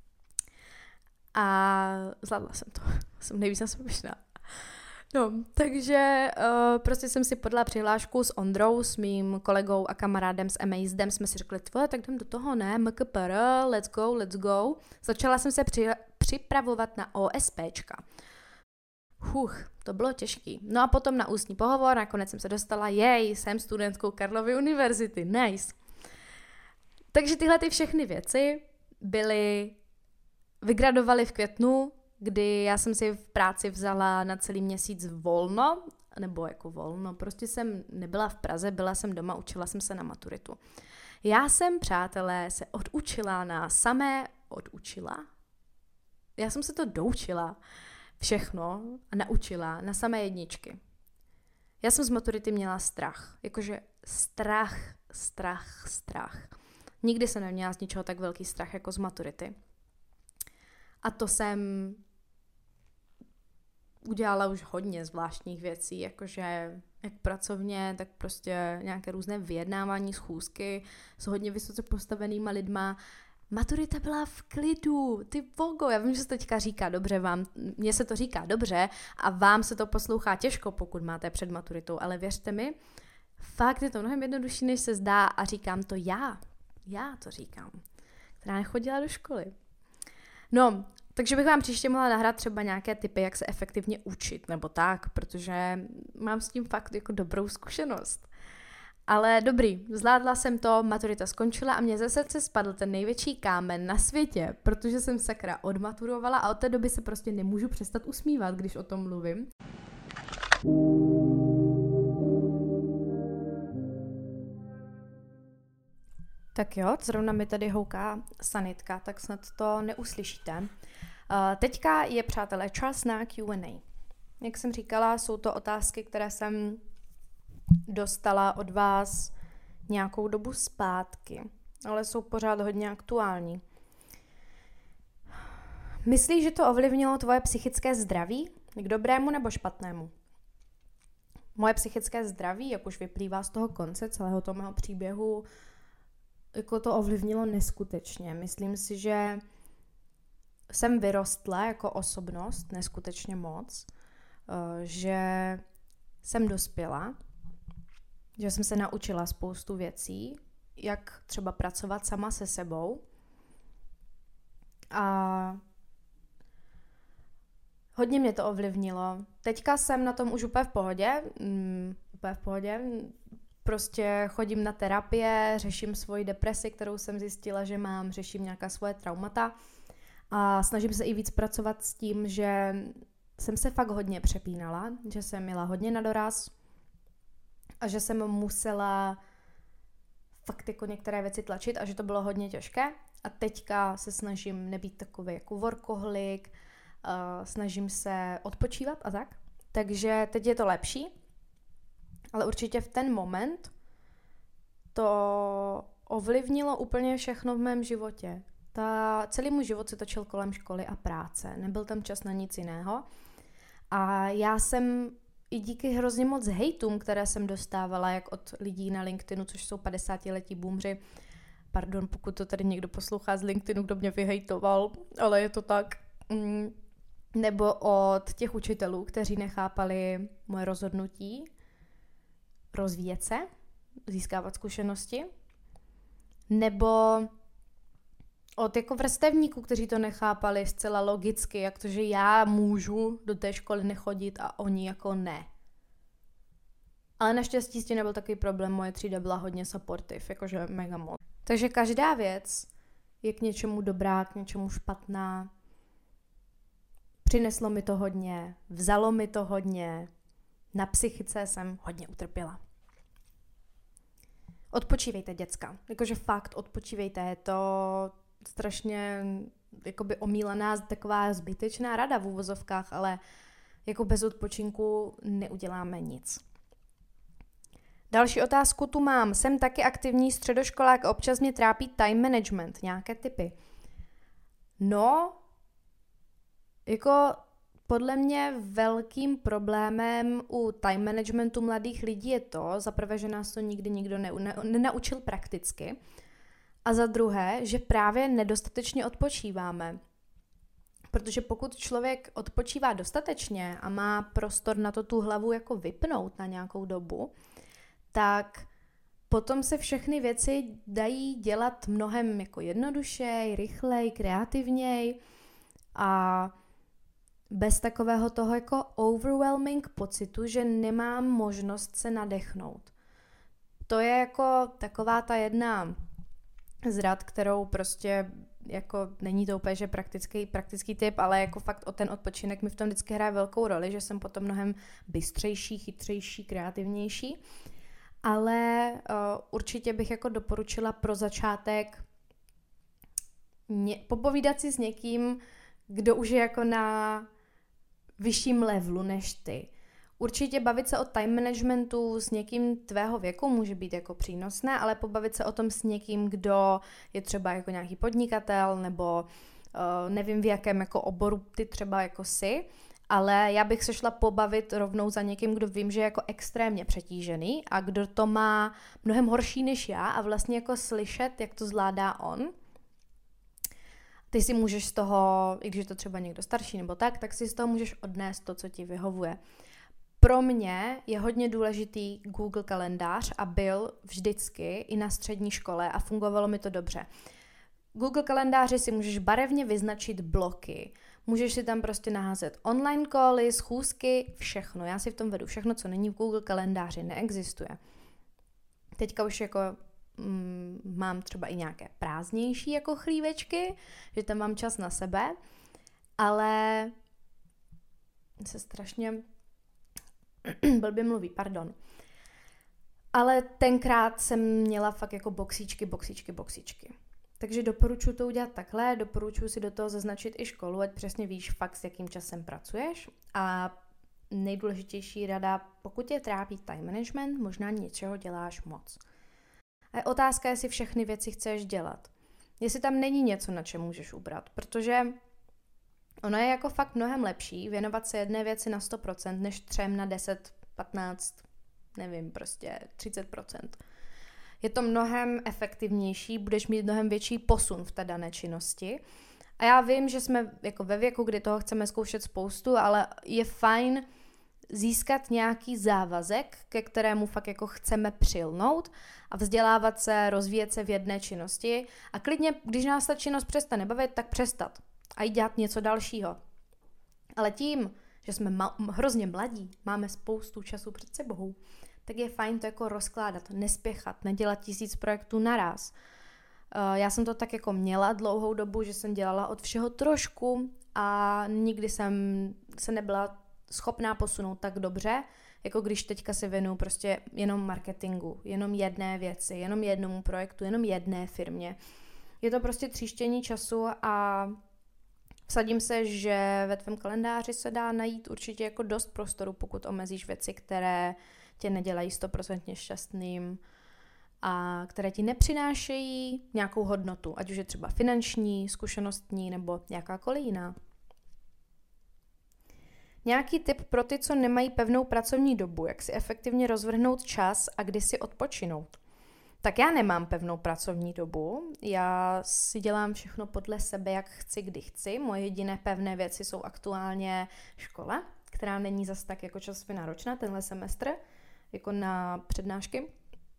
A zvládla jsem to. Jsem nejvíc na sebe pyšná. No, takže prostě jsem si podala přihlášku s Ondrou, s mým kolegou a kamarádem s Amazeddem. Jsme si řekli, tak jdem do toho, ne, MKPR, let's go. Začala jsem se připravovat na OSPčka. To bylo těžký. No a potom na ústní pohovor, nakonec jsem se dostala, jsem studentkou Karlovy univerzity, nice. Takže tyhle ty všechny věci vygradovaly v květnu, kdy já jsem si v práci vzala na celý měsíc volno, prostě jsem nebyla v Praze, byla jsem doma, učila jsem se na maturitu. Já jsem, přátelé, se já jsem se to doučila všechno a naučila na samé jedničky. Já jsem z maturity měla strach, jakože strach. Nikdy jsem neměla z ničeho tak velký strach jako z maturity. A to jsem udělala už hodně zvláštních věcí, jakože jak pracovně, tak prostě nějaké různé vyjednávání, schůzky s hodně vysoce postavenýma lidma. Maturita byla v klidu, ty vogo, já vím, že se teďka říká dobře mně se to říká dobře a vám se to poslouchá těžko, pokud máte před maturitou, ale věřte mi, fakt je to mnohem jednodušší, než se zdá a říkám to já to říkám, která nechodila do školy. No, takže bych vám příště mohla nahrát třeba nějaké tipy, jak se efektivně učit, nebo tak, protože mám s tím fakt jako dobrou zkušenost. Ale dobrý, zvládla jsem to, maturita skončila a mě ze srdce spadl ten největší kámen na světě, protože jsem sakra odmaturovala a od té doby se prostě nemůžu přestat usmívat, když o tom mluvím. Tak jo, zrovna mi tady houká sanitka, tak snad to neuslyšíte. Teďka je, přátelé, čas na Q&A. Jak jsem říkala, jsou to otázky, které jsem dostala od vás nějakou dobu zpátky, ale jsou pořád hodně aktuální. Myslíš, že to ovlivnilo tvoje psychické zdraví? K dobrému nebo špatnému? Moje psychické zdraví, jak už vyplývá z toho konce celého toho mého příběhu, jako to ovlivnilo neskutečně. Myslím si, že jsem vyrostla jako osobnost neskutečně moc, že jsem dospěla, že jsem se naučila spoustu věcí, jak třeba pracovat sama se sebou. A hodně mě to ovlivnilo. Teďka jsem na tom už úplně v pohodě. Prostě chodím na terapie, řeším svoji depresi, kterou jsem zjistila, že mám, řeším nějaká svoje traumata a snažím se i víc pracovat s tím, že jsem se fakt hodně přepínala, že jsem měla hodně na doraz a že jsem musela fakt jako některé věci tlačit a že to bylo hodně těžké. A teďka se snažím nebýt takový jako workoholik, snažím se odpočívat a tak. Takže teď je to lepší, ale určitě v ten moment to ovlivnilo úplně všechno v mém životě. Celý můj život se točil kolem školy a práce. Nebyl tam čas na nic jiného. A já jsem i díky hrozně moc hejtům, které jsem dostávala, jak od lidí na LinkedInu, což jsou 50letí boomři. Pardon, pokud to tady někdo poslouchá z LinkedInu, kdo mě vyhejtoval, ale je to tak. Nebo od těch učitelů, kteří nechápali moje rozhodnutí rozvíjet se, získávat zkušenosti. Nebo od jako vrstevníků, kteří to nechápali zcela logicky, jak to, že já můžu do té školy nechodit a oni jako ne. Ale naštěstí s tím nebyl takový problém, moje třída byla hodně supportive, jakože mega moc. Takže každá věc je k něčemu dobrá, k něčemu špatná. Přineslo mi to hodně, vzalo mi to hodně, na psychice jsem hodně utrpěla. Odpočívejte, děcka. Jakože fakt odpočívejte, je to strašně jakoby omílaná, taková zbytečná rada v uvozovkách, ale jako bez odpočinku neuděláme nic. Další otázku tu mám. Jsem taky aktivní středoškolák a občas mě trápí time management. Nějaké tipy? No, jako podle mě velkým problémem u time managementu mladých lidí je to, za prvé, že nás to nikdy nikdo nenaučil prakticky, a za druhé, že právě nedostatečně odpočíváme. Protože pokud člověk odpočívá dostatečně a má prostor na to tu hlavu jako vypnout na nějakou dobu, tak potom se všechny věci dají dělat mnohem jako jednodušej, rychlej, kreativněj a bez takového toho jako overwhelming pocitu, že nemám možnost se nadechnout. To je jako taková ta jedna z rad, kterou prostě jako není to úplně, že praktický tip, ale jako fakt o ten odpočinek mi v tom vždycky hraje velkou roli, že jsem potom mnohem bystřejší, chytřejší, kreativnější. Ale určitě bych jako doporučila pro začátek popovídat si s někým, kdo už je jako na vyšším levelu než ty. Určitě bavit se o time managementu s někým tvého věku může být jako přínosné, ale pobavit se o tom s někým, kdo je třeba jako nějaký podnikatel nebo nevím v jakém jako oboru ty třeba jako jsi, ale já bych se šla pobavit rovnou za někým, kdo vím, že je jako extrémně přetížený a kdo to má mnohem horší než já a vlastně jako slyšet, jak to zvládá on. Ty si můžeš z toho, i když je to třeba někdo starší nebo tak si z toho můžeš odnést to, co ti vyhovuje. Pro mě je hodně důležitý Google kalendář a byl vždycky i na střední škole a fungovalo mi to dobře. Google kalendáři si můžeš barevně vyznačit bloky, můžeš si tam prostě naházet online cally, schůzky, všechno. Já si v tom vedu všechno, co není v Google kalendáři, neexistuje. Teďka už jako mám třeba i nějaké prázdnější jako chlívečky, že tam mám čas na sebe, ale se strašně blbě mluví, pardon. Ale tenkrát jsem měla fakt jako boxíčky. Takže doporučuji to udělat takhle, doporučuji si do toho zaznačit i školu, ať přesně víš fakt, s jakým časem pracuješ. A nejdůležitější rada, pokud tě trápí time management, možná něčeho děláš moc. A je otázka, jestli všechny věci chceš dělat. Jestli tam není něco, na čem můžeš ubrat, protože ono je jako fakt mnohem lepší věnovat se jedné věci na 100%, než 3 na 10, 15, nevím, prostě 30%. Je to mnohem efektivnější, budeš mít mnohem větší posun v té dané činnosti. A já vím, že jsme jako ve věku, kdy toho chceme zkoušet spoustu, ale je fajn získat nějaký závazek, ke kterému fakt jako chceme přilnout a vzdělávat se, rozvíjet se v jedné činnosti a klidně, když nás ta činnost přestane bavit, tak přestat a jít dělat něco dalšího. Ale tím, že jsme hrozně mladí, máme spoustu času před sebou, tak je fajn to jako rozkládat, nespěchat, nedělat 1000 projektů naraz. Já jsem to tak jako měla dlouhou dobu, že jsem dělala od všeho trošku a nikdy jsem se nebyla schopná posunout tak dobře, jako když teďka se věnuju prostě jenom marketingu, jenom jedné věci, jenom jednomu projektu, jenom jedné firmě. Je to prostě tříštění času a vsadím se, že ve tvém kalendáři se dá najít určitě jako dost prostoru, pokud omezíš věci, které tě nedělají 100% šťastným a které ti nepřinášejí nějakou hodnotu, ať už je třeba finanční, zkušenostní nebo jakákoliv jiná. Nějaký tip pro ty, co nemají pevnou pracovní dobu, jak si efektivně rozvrhnout čas a kdy si odpočinout. Tak já nemám pevnou pracovní dobu, já si dělám všechno podle sebe, jak chci, kdy chci. Moje jediné pevné věci jsou aktuálně škola, která není zas tak jako časově náročná tenhle semestr, jako na přednášky.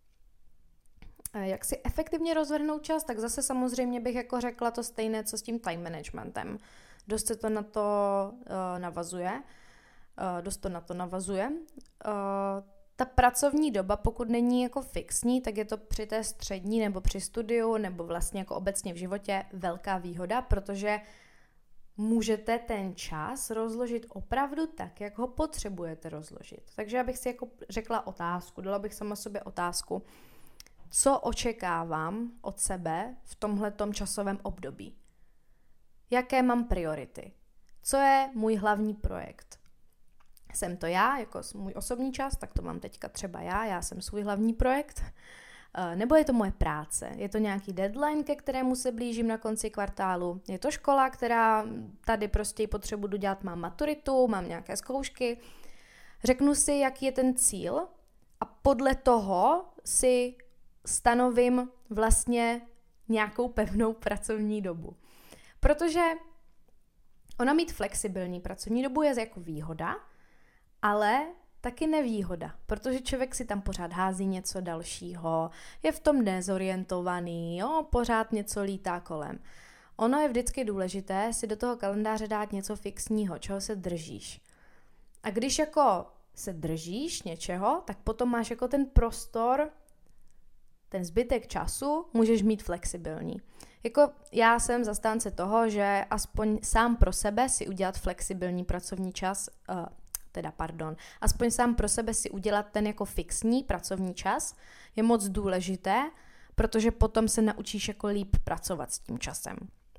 Jak si efektivně rozvrhnout čas, tak zase samozřejmě bych jako řekla to stejné, co s tím time managementem. Dost se to na to navazuje. ta pracovní doba, pokud není jako fixní, tak je to při té střední nebo při studiu nebo vlastně jako obecně v životě velká výhoda, protože můžete ten čas rozložit opravdu tak, jak ho potřebujete rozložit. Takže já bych si jako řekla otázku, dala bych sama sobě otázku, co očekávám od sebe v tomhletom časovém období. Jaké mám priority? Co je můj hlavní projekt? Jsem to já, jako můj osobní čas, tak to mám teďka třeba já jsem svůj hlavní projekt. Nebo je to moje práce, je to nějaký deadline, ke kterému se blížím na konci kvartálu, je to škola, která tady prostě potřebuji dělat, mám maturitu, mám nějaké zkoušky. Řeknu si, jaký je ten cíl a podle toho si stanovím vlastně nějakou pevnou pracovní dobu. Protože ona mít flexibilní pracovní dobu je jako výhoda, ale taky nevýhoda, protože člověk si tam pořád hází něco dalšího, je v tom dezorientovaný, jo, pořád něco lítá kolem. Ono je vždycky důležité si do toho kalendáře dát něco fixního, čeho se držíš. A když jako se držíš něčeho, tak potom máš jako ten prostor, ten zbytek času můžeš mít flexibilní. Jako já jsem zastánce toho, že aspoň sám pro sebe si udělat flexibilní pracovní čas, aspoň sám pro sebe si udělat ten jako fixní pracovní čas je moc důležité, protože potom se naučíš jako líp pracovat s tím časem.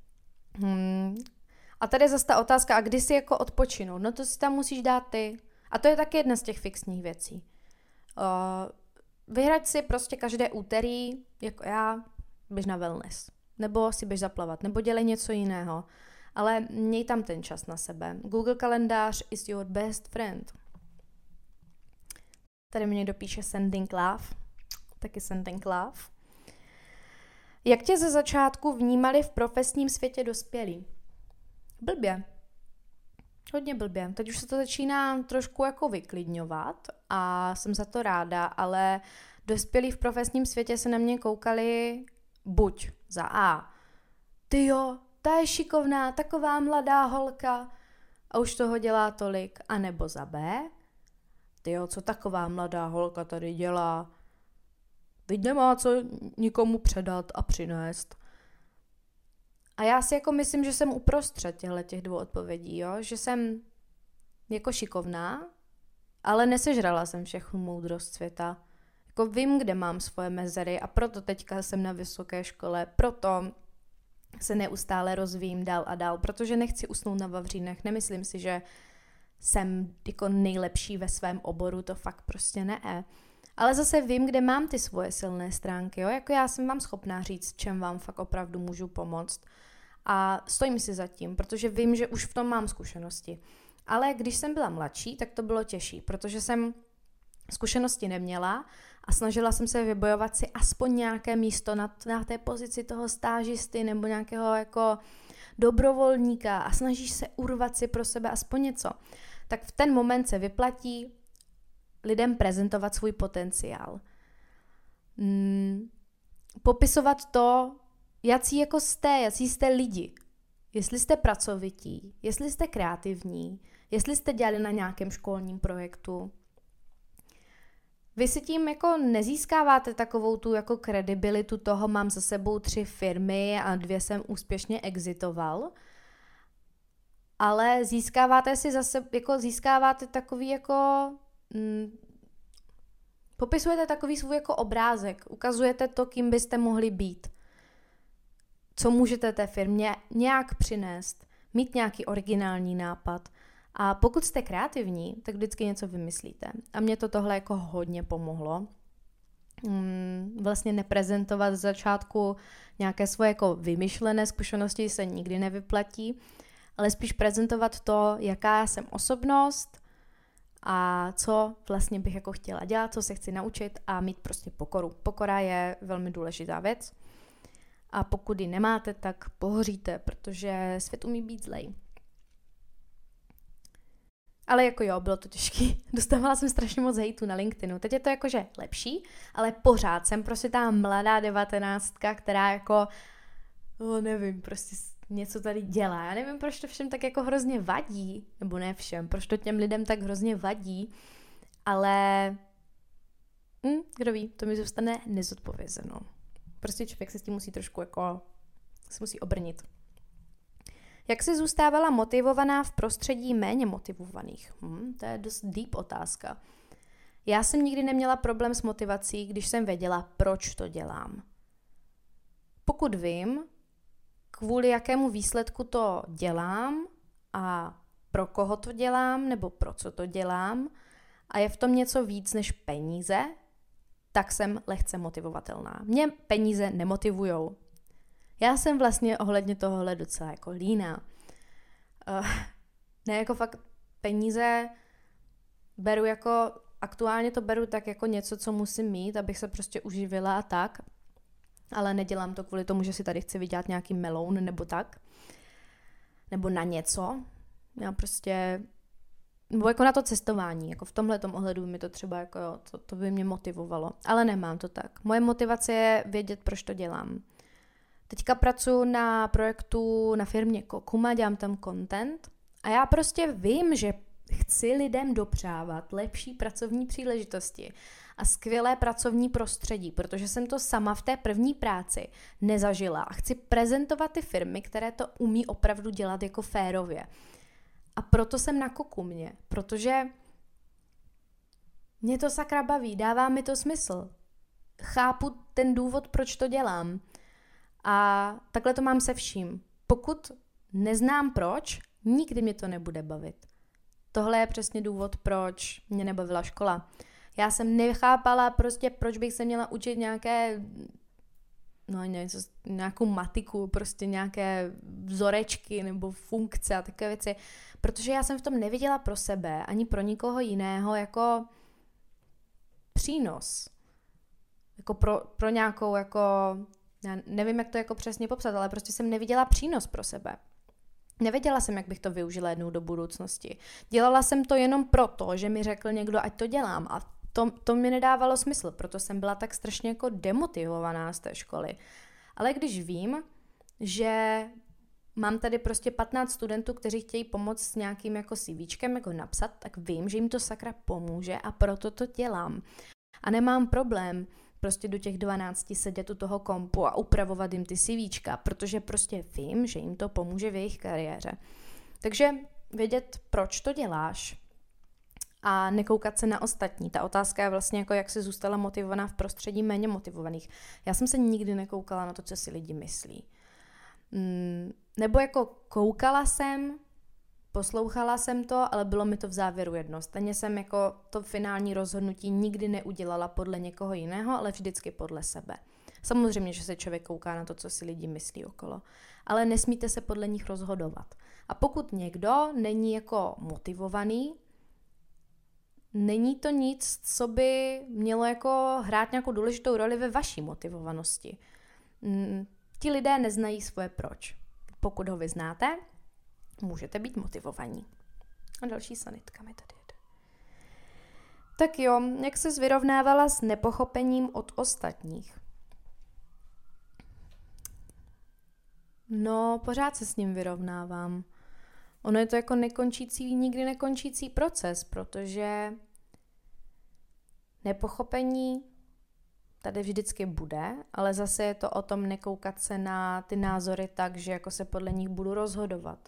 A tady je zase ta otázka, a kdy si jako odpočinout? No to si tam musíš dát ty. A to je taky jedna z těch fixních věcí. Vyhrať si prostě každé úterý, jako já, běž na wellness. Nebo si běž zaplavat, nebo dělej něco jiného. Ale měj tam ten čas na sebe. Google kalendář is your best friend. Tady mi někdo píše sending love. Taky sending love. Jak tě ze začátku vnímali v profesním světě dospělí? Blbě. Hodně blbě. Teď už se to začíná trošku jako vyklidňovat a jsem za to ráda, ale dospělí v profesním světě se na mě koukali buď za A. Tyjo, ta je šikovná, taková mladá holka a už toho dělá tolik. A nebo za B. Tyjo, co taková mladá holka tady dělá? Teď nemá co nikomu předat a přinést. A já si jako myslím, že jsem uprostřed těch dvou odpovědí, jo? Že jsem jako šikovná, ale nesežrala jsem všechnu moudrost světa. Jako vím, kde mám svoje mezery a proto teďka jsem na vysoké škole, proto se neustále rozvíjím dál a dál, protože nechci usnout na vavřínech, nemyslím si, že jsem jako nejlepší ve svém oboru, to fakt prostě ne. Ale zase vím, kde mám ty svoje silné stránky, jo? Jako já jsem vám schopná říct, čem vám fakt opravdu můžu pomoct. A stojím si za tím, protože vím, že už v tom mám zkušenosti. Ale když jsem byla mladší, tak to bylo těžší, protože jsem zkušenosti neměla a snažila jsem se vybojovat si aspoň nějaké místo na té pozici toho stážisty nebo nějakého jako dobrovolníka a snažíš se urvat si pro sebe aspoň něco. Tak v ten moment se vyplatí lidem prezentovat svůj potenciál. Popisovat to, jací jste lidi. Jestli jste pracovití, jestli jste kreativní, jestli jste dělali na nějakém školním projektu. Vy si tím jako nezískáváte takovou tu jako kredibilitu toho, mám za sebou 3 firmy a 2 jsem úspěšně exitoval, ale získáváte takový jako popisujete takový svůj jako obrázek, ukazujete to, kým byste mohli být. Co můžete té firmě nějak přinést, mít nějaký originální nápad. A pokud jste kreativní, tak vždycky něco vymyslíte. A mě to tohle jako hodně pomohlo. Vlastně neprezentovat z začátku nějaké svoje jako vymyšlené zkušenosti se nikdy nevyplatí, ale spíš prezentovat to, jaká jsem osobnost a co vlastně bych jako chtěla dělat, co se chci naučit a mít prostě pokoru. Pokora je velmi důležitá věc. A pokud ji nemáte, tak pohoříte, protože svět umí být zlej. Ale jako jo, bylo to těžký. Dostávala jsem strašně moc hejtu na LinkedInu. Teď je to jakože lepší, ale pořád jsem prostě ta mladá 19, která jako, nevím, prostě něco tady dělá. Já nevím, proč to všem tak jako hrozně vadí, nebo ne všem, proč to těm lidem tak hrozně vadí, ale Kdo ví, to mi zůstane nezodpovězeno. Prostě člověk se s tím musí trošku se musí obrnit. Jak jsi zůstávala motivovaná v prostředí méně motivovaných? To je dost deep otázka. Já jsem nikdy neměla problém s motivací, když jsem věděla, proč to dělám. Pokud vím, kvůli jakému výsledku to dělám a pro koho to dělám nebo pro co to dělám a je v tom něco víc než peníze, tak jsem lehce motivovatelná. Mě peníze nemotivujou. Já jsem vlastně ohledně tohohle docela jako líná. Ne, jako fakt peníze beru jako, aktuálně to beru tak jako něco, co musím mít, abych se prostě uživila a tak, ale nedělám to kvůli tomu, že si tady chci vydělat nějaký meloun nebo tak, nebo na něco. Já prostě, nebo jako na to cestování, jako v tomhletom ohledu mi to třeba jako, to by mě motivovalo, ale nemám to tak. Moje motivace je vědět, proč to dělám. Teďka pracuji na projektu na firmě Kokuma, dělám tam content a já prostě vím, že chci lidem dopřávat lepší pracovní příležitosti a skvělé pracovní prostředí, protože jsem to sama v té první práci nezažila a chci prezentovat ty firmy, které to umí opravdu dělat jako férově. A proto jsem na Kokumě, protože mě to sakra baví, dává mi to smysl. Chápu ten důvod, proč to dělám. A takhle to mám se vším. Pokud neznám proč, nikdy mě to nebude bavit. Tohle je přesně důvod, proč mě nebavila škola. Já jsem nechápala prostě, proč bych se měla učit nějakou matiku, prostě nějaké vzorečky nebo funkce a takové věci, protože já jsem v tom neviděla pro sebe ani pro nikoho jiného jako přínos. Jako pro nějakou jako, já nevím, jak to jako přesně popsat, ale prostě jsem neviděla přínos pro sebe. Nevěděla jsem, jak bych to využila jednou do budoucnosti. Dělala jsem to jenom proto, že mi řekl někdo, ať to dělám a to mi nedávalo smysl, proto jsem byla tak strašně jako demotivovaná z té školy. Ale když vím, že mám tady prostě 15 studentů, kteří chtějí pomoct s nějakým jako CVčkem, jako napsat, tak vím, že jim to sakra pomůže a proto to dělám. A nemám problém prostě do těch 12 sedět u toho kompu a upravovat jim ty CVčka, protože prostě vím, že jim to pomůže v jejich kariéře. Takže vědět, proč to děláš a nekoukat se na ostatní. Ta otázka je vlastně jako, jak jsi zůstala motivovaná v prostředí méně motivovaných. Já jsem se nikdy nekoukala na to, co si lidi myslí. Nebo jako koukala jsem, poslouchala jsem to, ale bylo mi to v závěru jedno. Stejně jsem jako to finální rozhodnutí nikdy neudělala podle někoho jiného, ale vždycky podle sebe. Samozřejmě, že se člověk kouká na to, co si lidi myslí okolo, ale nesmíte se podle nich rozhodovat. A pokud někdo není jako motivovaný, není to nic, co by mělo jako hrát nějakou důležitou roli ve vaší motivovanosti. Ti lidé neznají svoje proč. Pokud ho vyznáte, můžete být motivovaní. A další sanitka mi tady jde. Tak jo, jak se vyrovnávala s nepochopením od ostatních? No, pořád se s ním vyrovnávám. Ono je to jako nikdy nekončící proces, protože nepochopení tady vždycky bude, ale zase je to o tom nekoukat se na ty názory tak, že jako se podle nich budu rozhodovat.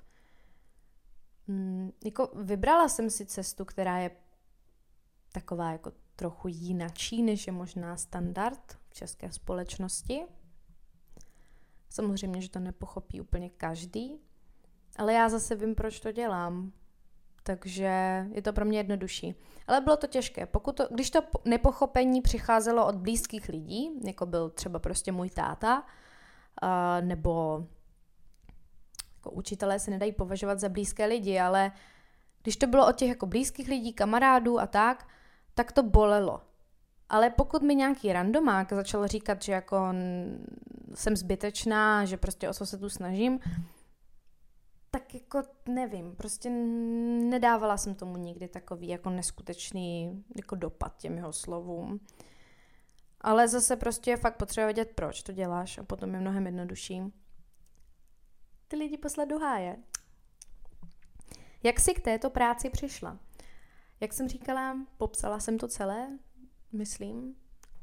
Jako vybrala jsem si cestu, která je taková jako trochu jinačí, než je možná standard v české společnosti. Samozřejmě, že to nepochopí úplně každý, ale já zase vím, proč to dělám. Takže je to pro mě jednodušší. Ale bylo to těžké. Když to nepochopení přicházelo od blízkých lidí, jako byl třeba prostě můj táta, nebo jako učitelé se nedají považovat za blízké lidi, ale když to bylo od těch jako blízkých lidí, kamarádů a tak to bolelo. Ale pokud mi nějaký randomák začal říkat, že jako jsem zbytečná, že prostě o co se tu snažím, tak jako nevím, prostě nedávala jsem tomu nikdy takový jako neskutečný jako dopad těm jeho slovům. Ale zase prostě je fakt potřeba vědět, proč to děláš a potom je mnohem jednodušší ty lidi poslat do háje. Jak jsi k této práci přišla? Jak jsem říkala, popsala jsem to celé, myslím.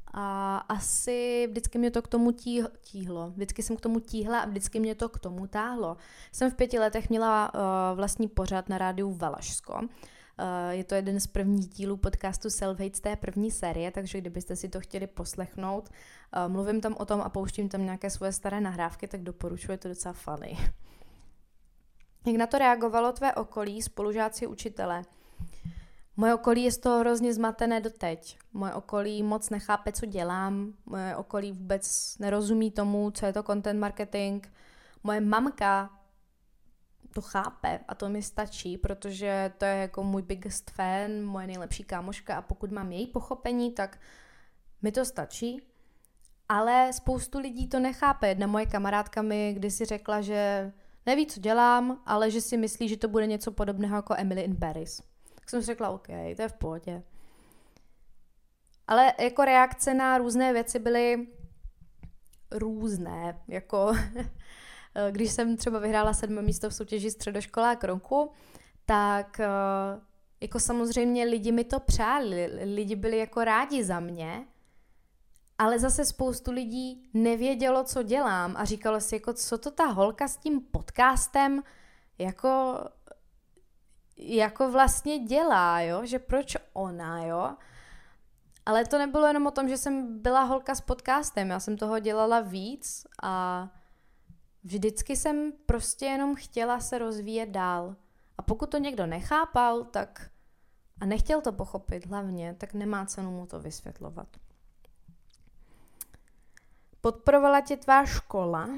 a asi vždycky mě to k tomu tíhlo. Vždycky jsem k tomu tíhla a vždycky mě to k tomu táhlo. Jsem v 5 letech měla vlastní pořad na rádiu Valašsko. Je to jeden z prvních dílů podcastu Self-Hate z té první série, takže kdybyste si to chtěli poslechnout, mluvím tam o tom a pouštím tam nějaké svoje staré nahrávky, tak doporučuji, je to docela funny. Jak na to reagovalo tvé okolí, spolužáci, učitele? Moje okolí je z toho hrozně zmatené doteď. Moje okolí moc nechápe, co dělám. Moje okolí vůbec nerozumí tomu, co je to content marketing. Moje mamka to chápe a to mi stačí, protože to je jako můj biggest fan, moje nejlepší kámoška a pokud mám její pochopení, tak mi to stačí. Ale spoustu lidí to nechápe. Jedna moje kamarádka mi kdysi řekla, že neví, co dělám, ale že si myslí, že to bude něco podobného jako Emily in Paris. Tak jsem si řekla, OK, to je v pohodě. Ale jako reakce na různé věci byly různé. Jako když jsem třeba vyhrála 7. místo v soutěži Středoškolák roku, tak jako samozřejmě lidi mi to přáli. Lidi byli jako rádi za mě, ale zase spoustu lidí nevědělo, co dělám a říkalo si, jako, co to ta holka s tím podcastem jako vlastně dělá, jo? Že proč ona, jo? Ale to nebylo jenom o tom, že jsem byla holka s podcastem, já jsem toho dělala víc a vždycky jsem prostě jenom chtěla se rozvíjet dál. A pokud to někdo nechápal, tak a nechtěl to pochopit hlavně, tak nemá cenu mu to vysvětlovat. Podporovala tě tvá škola?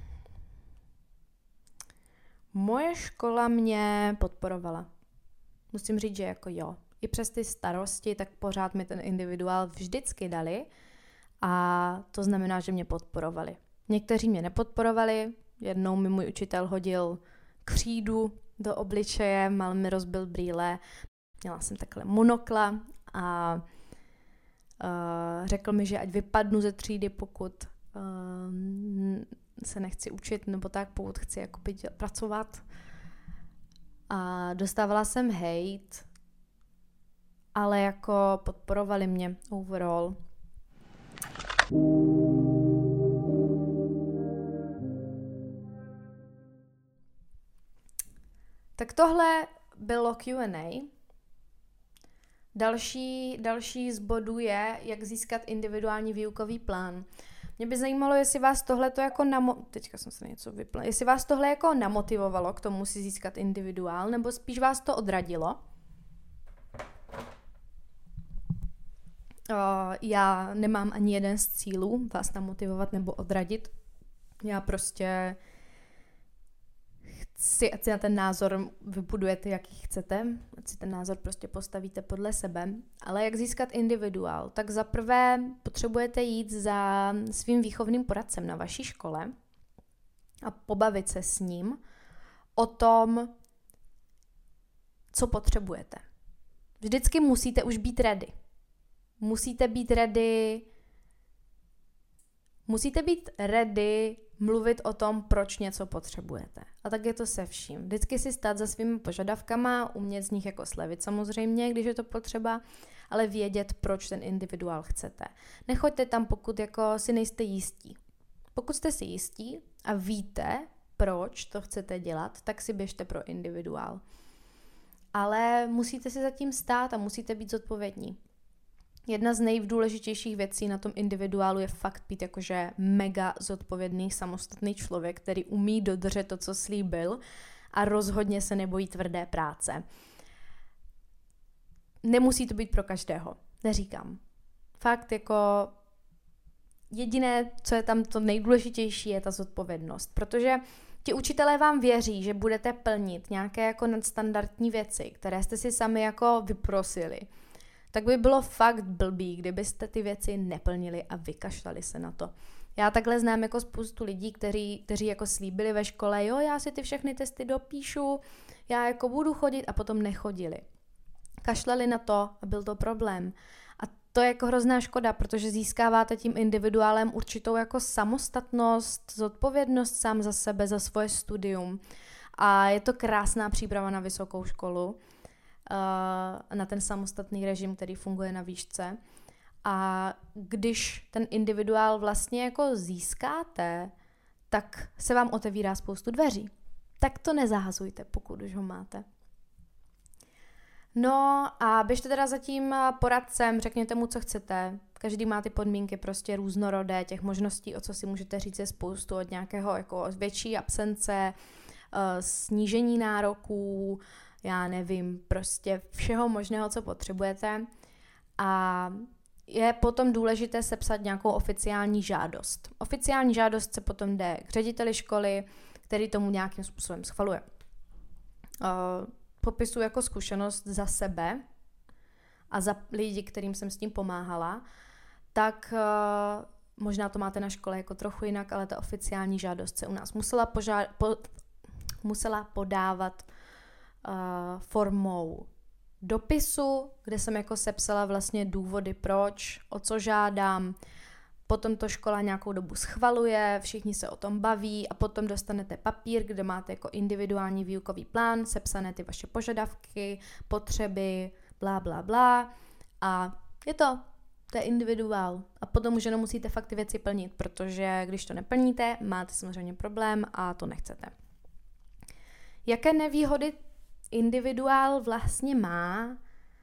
Moje škola mě podporovala. Musím říct, že jako jo. I přes ty starosti, tak pořád mi ten individuál vždycky dali a to znamená, že mě podporovali. Někteří mě nepodporovali, jednou mi můj učitel hodil křídu do obličeje, mal mi rozbil brýle, měla jsem takhle monokla a řekl mi, že ať vypadnu ze třídy, pokud se nechci učit, nebo tak, pokud chci jakoby pracovat. A dostávala jsem hate, ale jako podporovali mě overall. Tak tohle bylo Q&A. Další z bodů je, jak získat individuální výukový plán. Mě by zajímalo, jestli vás tohle to jako teďka jsem se něco vypla. Jestli vás tohle jako namotivovalo k tomu si získat individuál, nebo spíš vás to odradilo. Já nemám ani jeden z cílů vás namotivovat nebo odradit. Já prostě chci, ať si na ten názor vybudujete, jaký chcete, ať si ten názor prostě postavíte podle sebe. Ale jak získat individuál? Tak za prvé potřebujete jít za svým výchovným poradcem na vaší škole a pobavit se s ním o tom, co potřebujete. Vždycky musíte už být ready. Musíte být ready mluvit o tom, proč něco potřebujete. A tak je to se vším. Vždycky si stát za svými požadavkama, umět z nich jako slevit samozřejmě, když je to potřeba, ale vědět, proč ten individuál chcete. Nechoďte tam, pokud jako si nejste jistí. Pokud jste si jistí a víte, proč to chcete dělat, tak si běžte pro individuál. Ale musíte si zatím stát a musíte být zodpovědní. Jedna z nejdůležitějších věcí na tom individuálu je fakt být jakože mega zodpovědný, samostatný člověk, který umí dodržet to, co slíbil a rozhodně se nebojí tvrdé práce. Nemusí to být pro každého, neříkám. Fakt jako jediné, co je tam to nejdůležitější, je ta zodpovědnost, protože ti učitelé vám věří, že budete plnit nějaké jako nadstandardní věci, které jste si sami jako vyprosili. Tak by bylo fakt blbý, kdybyste ty věci neplnili a vykašlali se na to. Já takhle znám jako spoustu lidí, kteří jako slíbili ve škole, jo, já si ty všechny testy dopíšu, já jako budu chodit a potom nechodili. Kašlali na to a byl to problém. A to je jako hrozná škoda, protože získáváte tím individuálem určitou jako samostatnost, zodpovědnost sám za sebe, za svoje studium. A je to krásná příprava na vysokou školu, na ten samostatný režim, který funguje na výšce. A když ten individuál vlastně jako získáte, tak se vám otevírá spoustu dveří. Tak to nezahazujte, pokud už ho máte. No a běžte teda za tím poradcem, řekněte mu, co chcete. Každý má ty podmínky prostě různorodé, těch možností, o co si můžete říct, je spoustu, od nějakého jako větší absence, snížení nároků, já nevím, prostě všeho možného, co potřebujete. A je potom důležité sepsat nějakou oficiální žádost. Oficiální žádost se potom jde k řediteli školy, který tomu nějakým způsobem schvaluje. Popisuji jako zkušenost za sebe a za lidi, kterým jsem s tím pomáhala, tak možná to máte na škole jako trochu jinak, ale ta oficiální žádost se u nás musela podávat formou dopisu, kde jsem jako sepsala vlastně důvody proč, o co žádám. Potom to škola nějakou dobu schvaluje, všichni se o tom baví a potom dostanete papír, kde máte jako individuální výukový plán, sepsané ty vaše požadavky, potřeby, blá, blá, blá. A to je individuál. A potom už jenom musíte fakt ty věci plnit, protože když to neplníte, máte samozřejmě problém a to nechcete. Jaké nevýhody individuál vlastně má?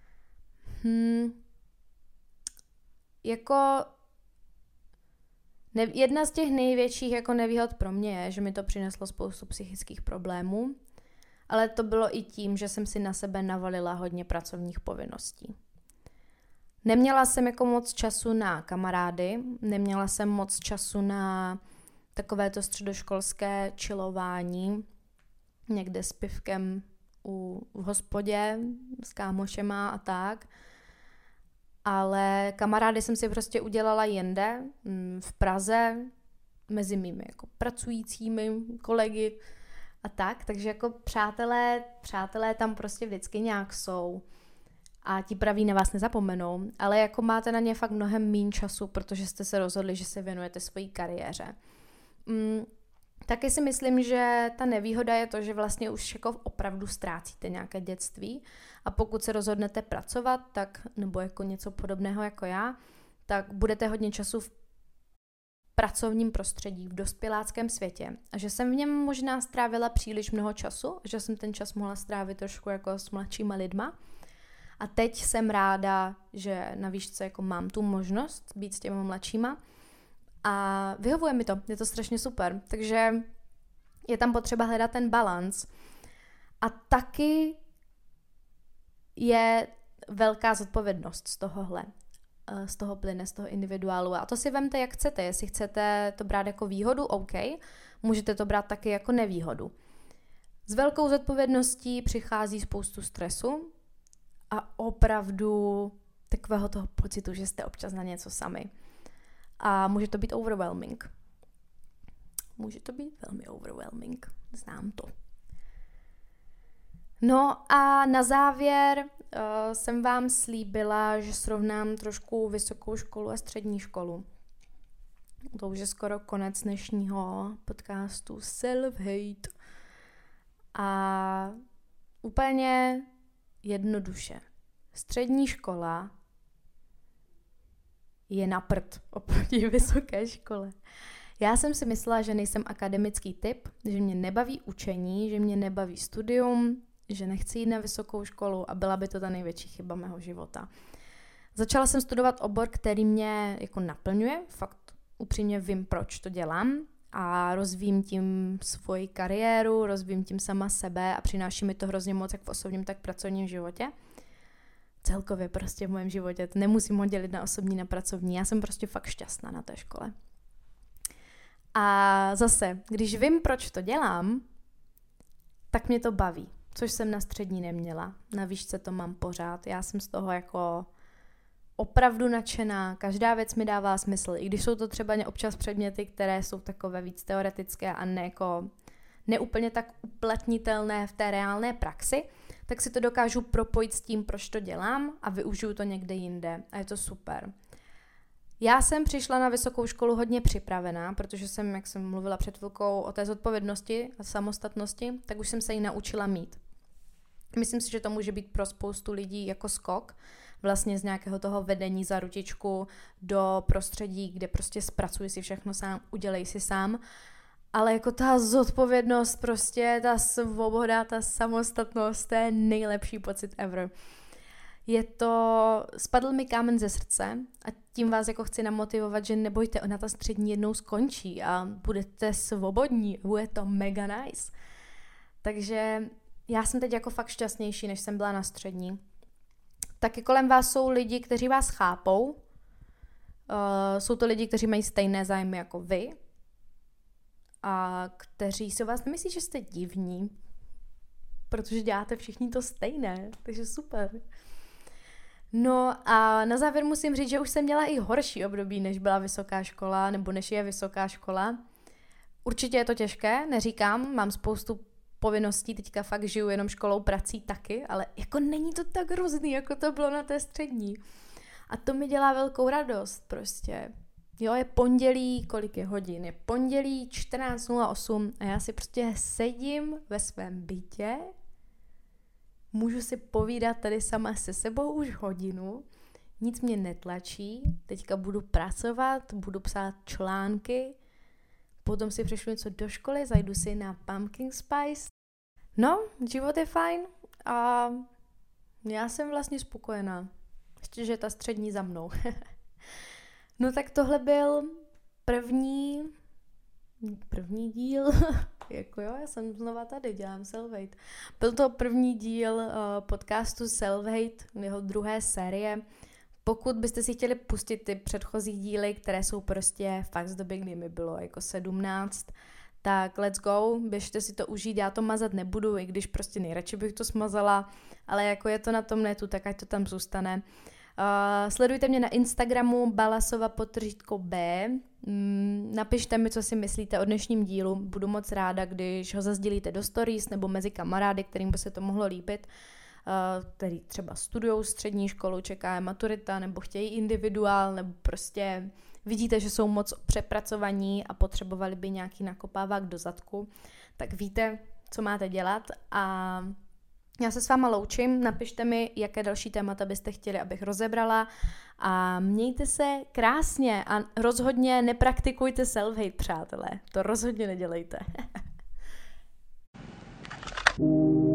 Jedna z těch největších jako nevýhod pro mě je, že mi to přineslo spoustu psychických problémů, ale to bylo i tím, že jsem si na sebe navalila hodně pracovních povinností. Neměla jsem jako moc času na kamarády, neměla jsem moc času na takovéto středoškolské chillování, někde s pivkem v hospodě, s kámošema a tak. Ale kamarády jsem si prostě udělala jinde, v Praze, mezi mými jako pracujícími kolegy a tak. Takže jako přátelé tam prostě vždycky nějak jsou a ti praví na vás nezapomenou, ale jako máte na ně fakt mnohem méně času, protože jste se rozhodli, že se věnujete své kariéře. Taky si myslím, že ta nevýhoda je to, že vlastně už jako opravdu ztrácíte nějaké dětství a pokud se rozhodnete pracovat, tak, nebo jako něco podobného jako já, tak budete hodně času v pracovním prostředí, v dospěláckém světě a že jsem v něm možná strávila příliš mnoho času, že jsem ten čas mohla strávit trošku jako s mladšíma lidma a teď jsem ráda, že na výšce jako mám tu možnost být s těma mladšíma. A vyhovuje mi to, je to strašně super, takže je tam potřeba hledat ten balans. A taky je velká zodpovědnost z tohohle, z toho plyne, z toho individuálu. A to si vemte, jak chcete. Jestli chcete to brát jako výhodu, OK, můžete to brát taky jako nevýhodu. S velkou zodpovědností přichází spoustu stresu a opravdu takového toho pocitu, že jste občas na něco sami. A může to být overwhelming. Může to být velmi overwhelming. Znám to. No a na závěr jsem vám slíbila, že srovnám trošku vysokou školu a střední školu. To už je skoro konec dnešního podcastu Self-Hate. A úplně jednoduše. Střední škola je na prd oproti vysoké škole. Já jsem si myslela, že nejsem akademický typ, že mě nebaví učení, že mě nebaví studium, že nechci jít na vysokou školu a byla by to ta největší chyba mého života. Začala jsem studovat obor, který mě jako naplňuje, fakt upřímně vím, proč to dělám a rozvíjím tím svoji kariéru, rozvíjím tím sama sebe a přináší mi to hrozně moc jak v osobním, tak v pracovním životě. Celkově prostě v mém životě, nemusím ho dělit na osobní, na pracovní, já jsem prostě fakt šťastná na té škole. A zase, když vím, proč to dělám, tak mě to baví, což jsem na střední neměla. Na výšce to mám pořád, já jsem z toho jako opravdu nadšená, každá věc mi dává smysl, i když jsou to třeba občas předměty, které jsou takové víc teoretické a neúplně tak uplatnitelné v té reálné praxi, tak si to dokážu propojit s tím, proč to dělám a využiju to někde jinde a je to super. Já jsem přišla na vysokou školu hodně připravená, protože jsem, jak jsem mluvila před chvilkou o té zodpovědnosti a samostatnosti, tak už jsem se ji naučila mít. Myslím si, že to může být pro spoustu lidí jako skok vlastně z nějakého toho vedení za ručičku do prostředí, kde prostě zpracuj si všechno sám, udělej si sám. Ale jako ta zodpovědnost, prostě ta svoboda, ta samostatnost, to je nejlepší pocit ever. Spadl mi kámen ze srdce a tím vás jako chci namotivovat, že nebojte, ona ta střední jednou skončí a budete svobodní, bude to mega nice. Takže já jsem teď jako fakt šťastnější, než jsem byla na střední. Taky kolem vás jsou lidi, kteří vás chápou. Jsou to lidi, kteří mají stejné zájmy jako vy a kteří si vás nemyslí, že jste divní, protože děláte všichni to stejné, takže super. No a na závěr musím říct, že už jsem měla i horší období, než byla vysoká škola, nebo než je vysoká škola. Určitě je to těžké, neříkám, mám spoustu povinností, teďka fakt žiju jenom školou, prací taky, ale jako není to tak hrozný, jako to bylo na té střední. A to mi dělá velkou radost prostě. Jo, je pondělí, kolik je hodin? Je pondělí 14:08 a já si prostě sedím ve svém bytě, můžu si povídat tady sama se sebou už hodinu, nic mě netlačí, teďka budu pracovat, budu psát články, potom si přešlu něco do školy, zajdu si na Pumpkin Spice. No, život je fajn a já jsem vlastně spokojená. Ještě, že ta střední za mnou. No tak tohle byl první díl, jako jo, já jsem znova tady, dělám Self-Hate. Byl to první díl podcastu Self-Hate, jeho druhé série. Pokud byste si chtěli pustit ty předchozí díly, které jsou prostě fakt z doby, kdy mi bylo jako 17, tak let's go, běžte si to užít, já to mazat nebudu, i když prostě nejradši bych to smazala, ale jako je to na tom netu, tak ať to tam zůstane. Sledujte mě na Instagramu balasova_b. Napište mi, co si myslíte o dnešním dílu. Budu moc ráda, když ho zazdílíte do stories nebo mezi kamarády, kterým by se to mohlo líbit, který třeba studujou střední školu, čeká je maturita, nebo chtějí individuál, nebo prostě vidíte, že jsou moc přepracovaní a potřebovali by nějaký nakopávák do zadku, tak víte, co máte dělat a já se s váma loučím, napište mi, jaké další témata byste chtěli, abych rozebrala a mějte se krásně a rozhodně nepraktikujte self-hate, přátelé. To rozhodně nedělejte.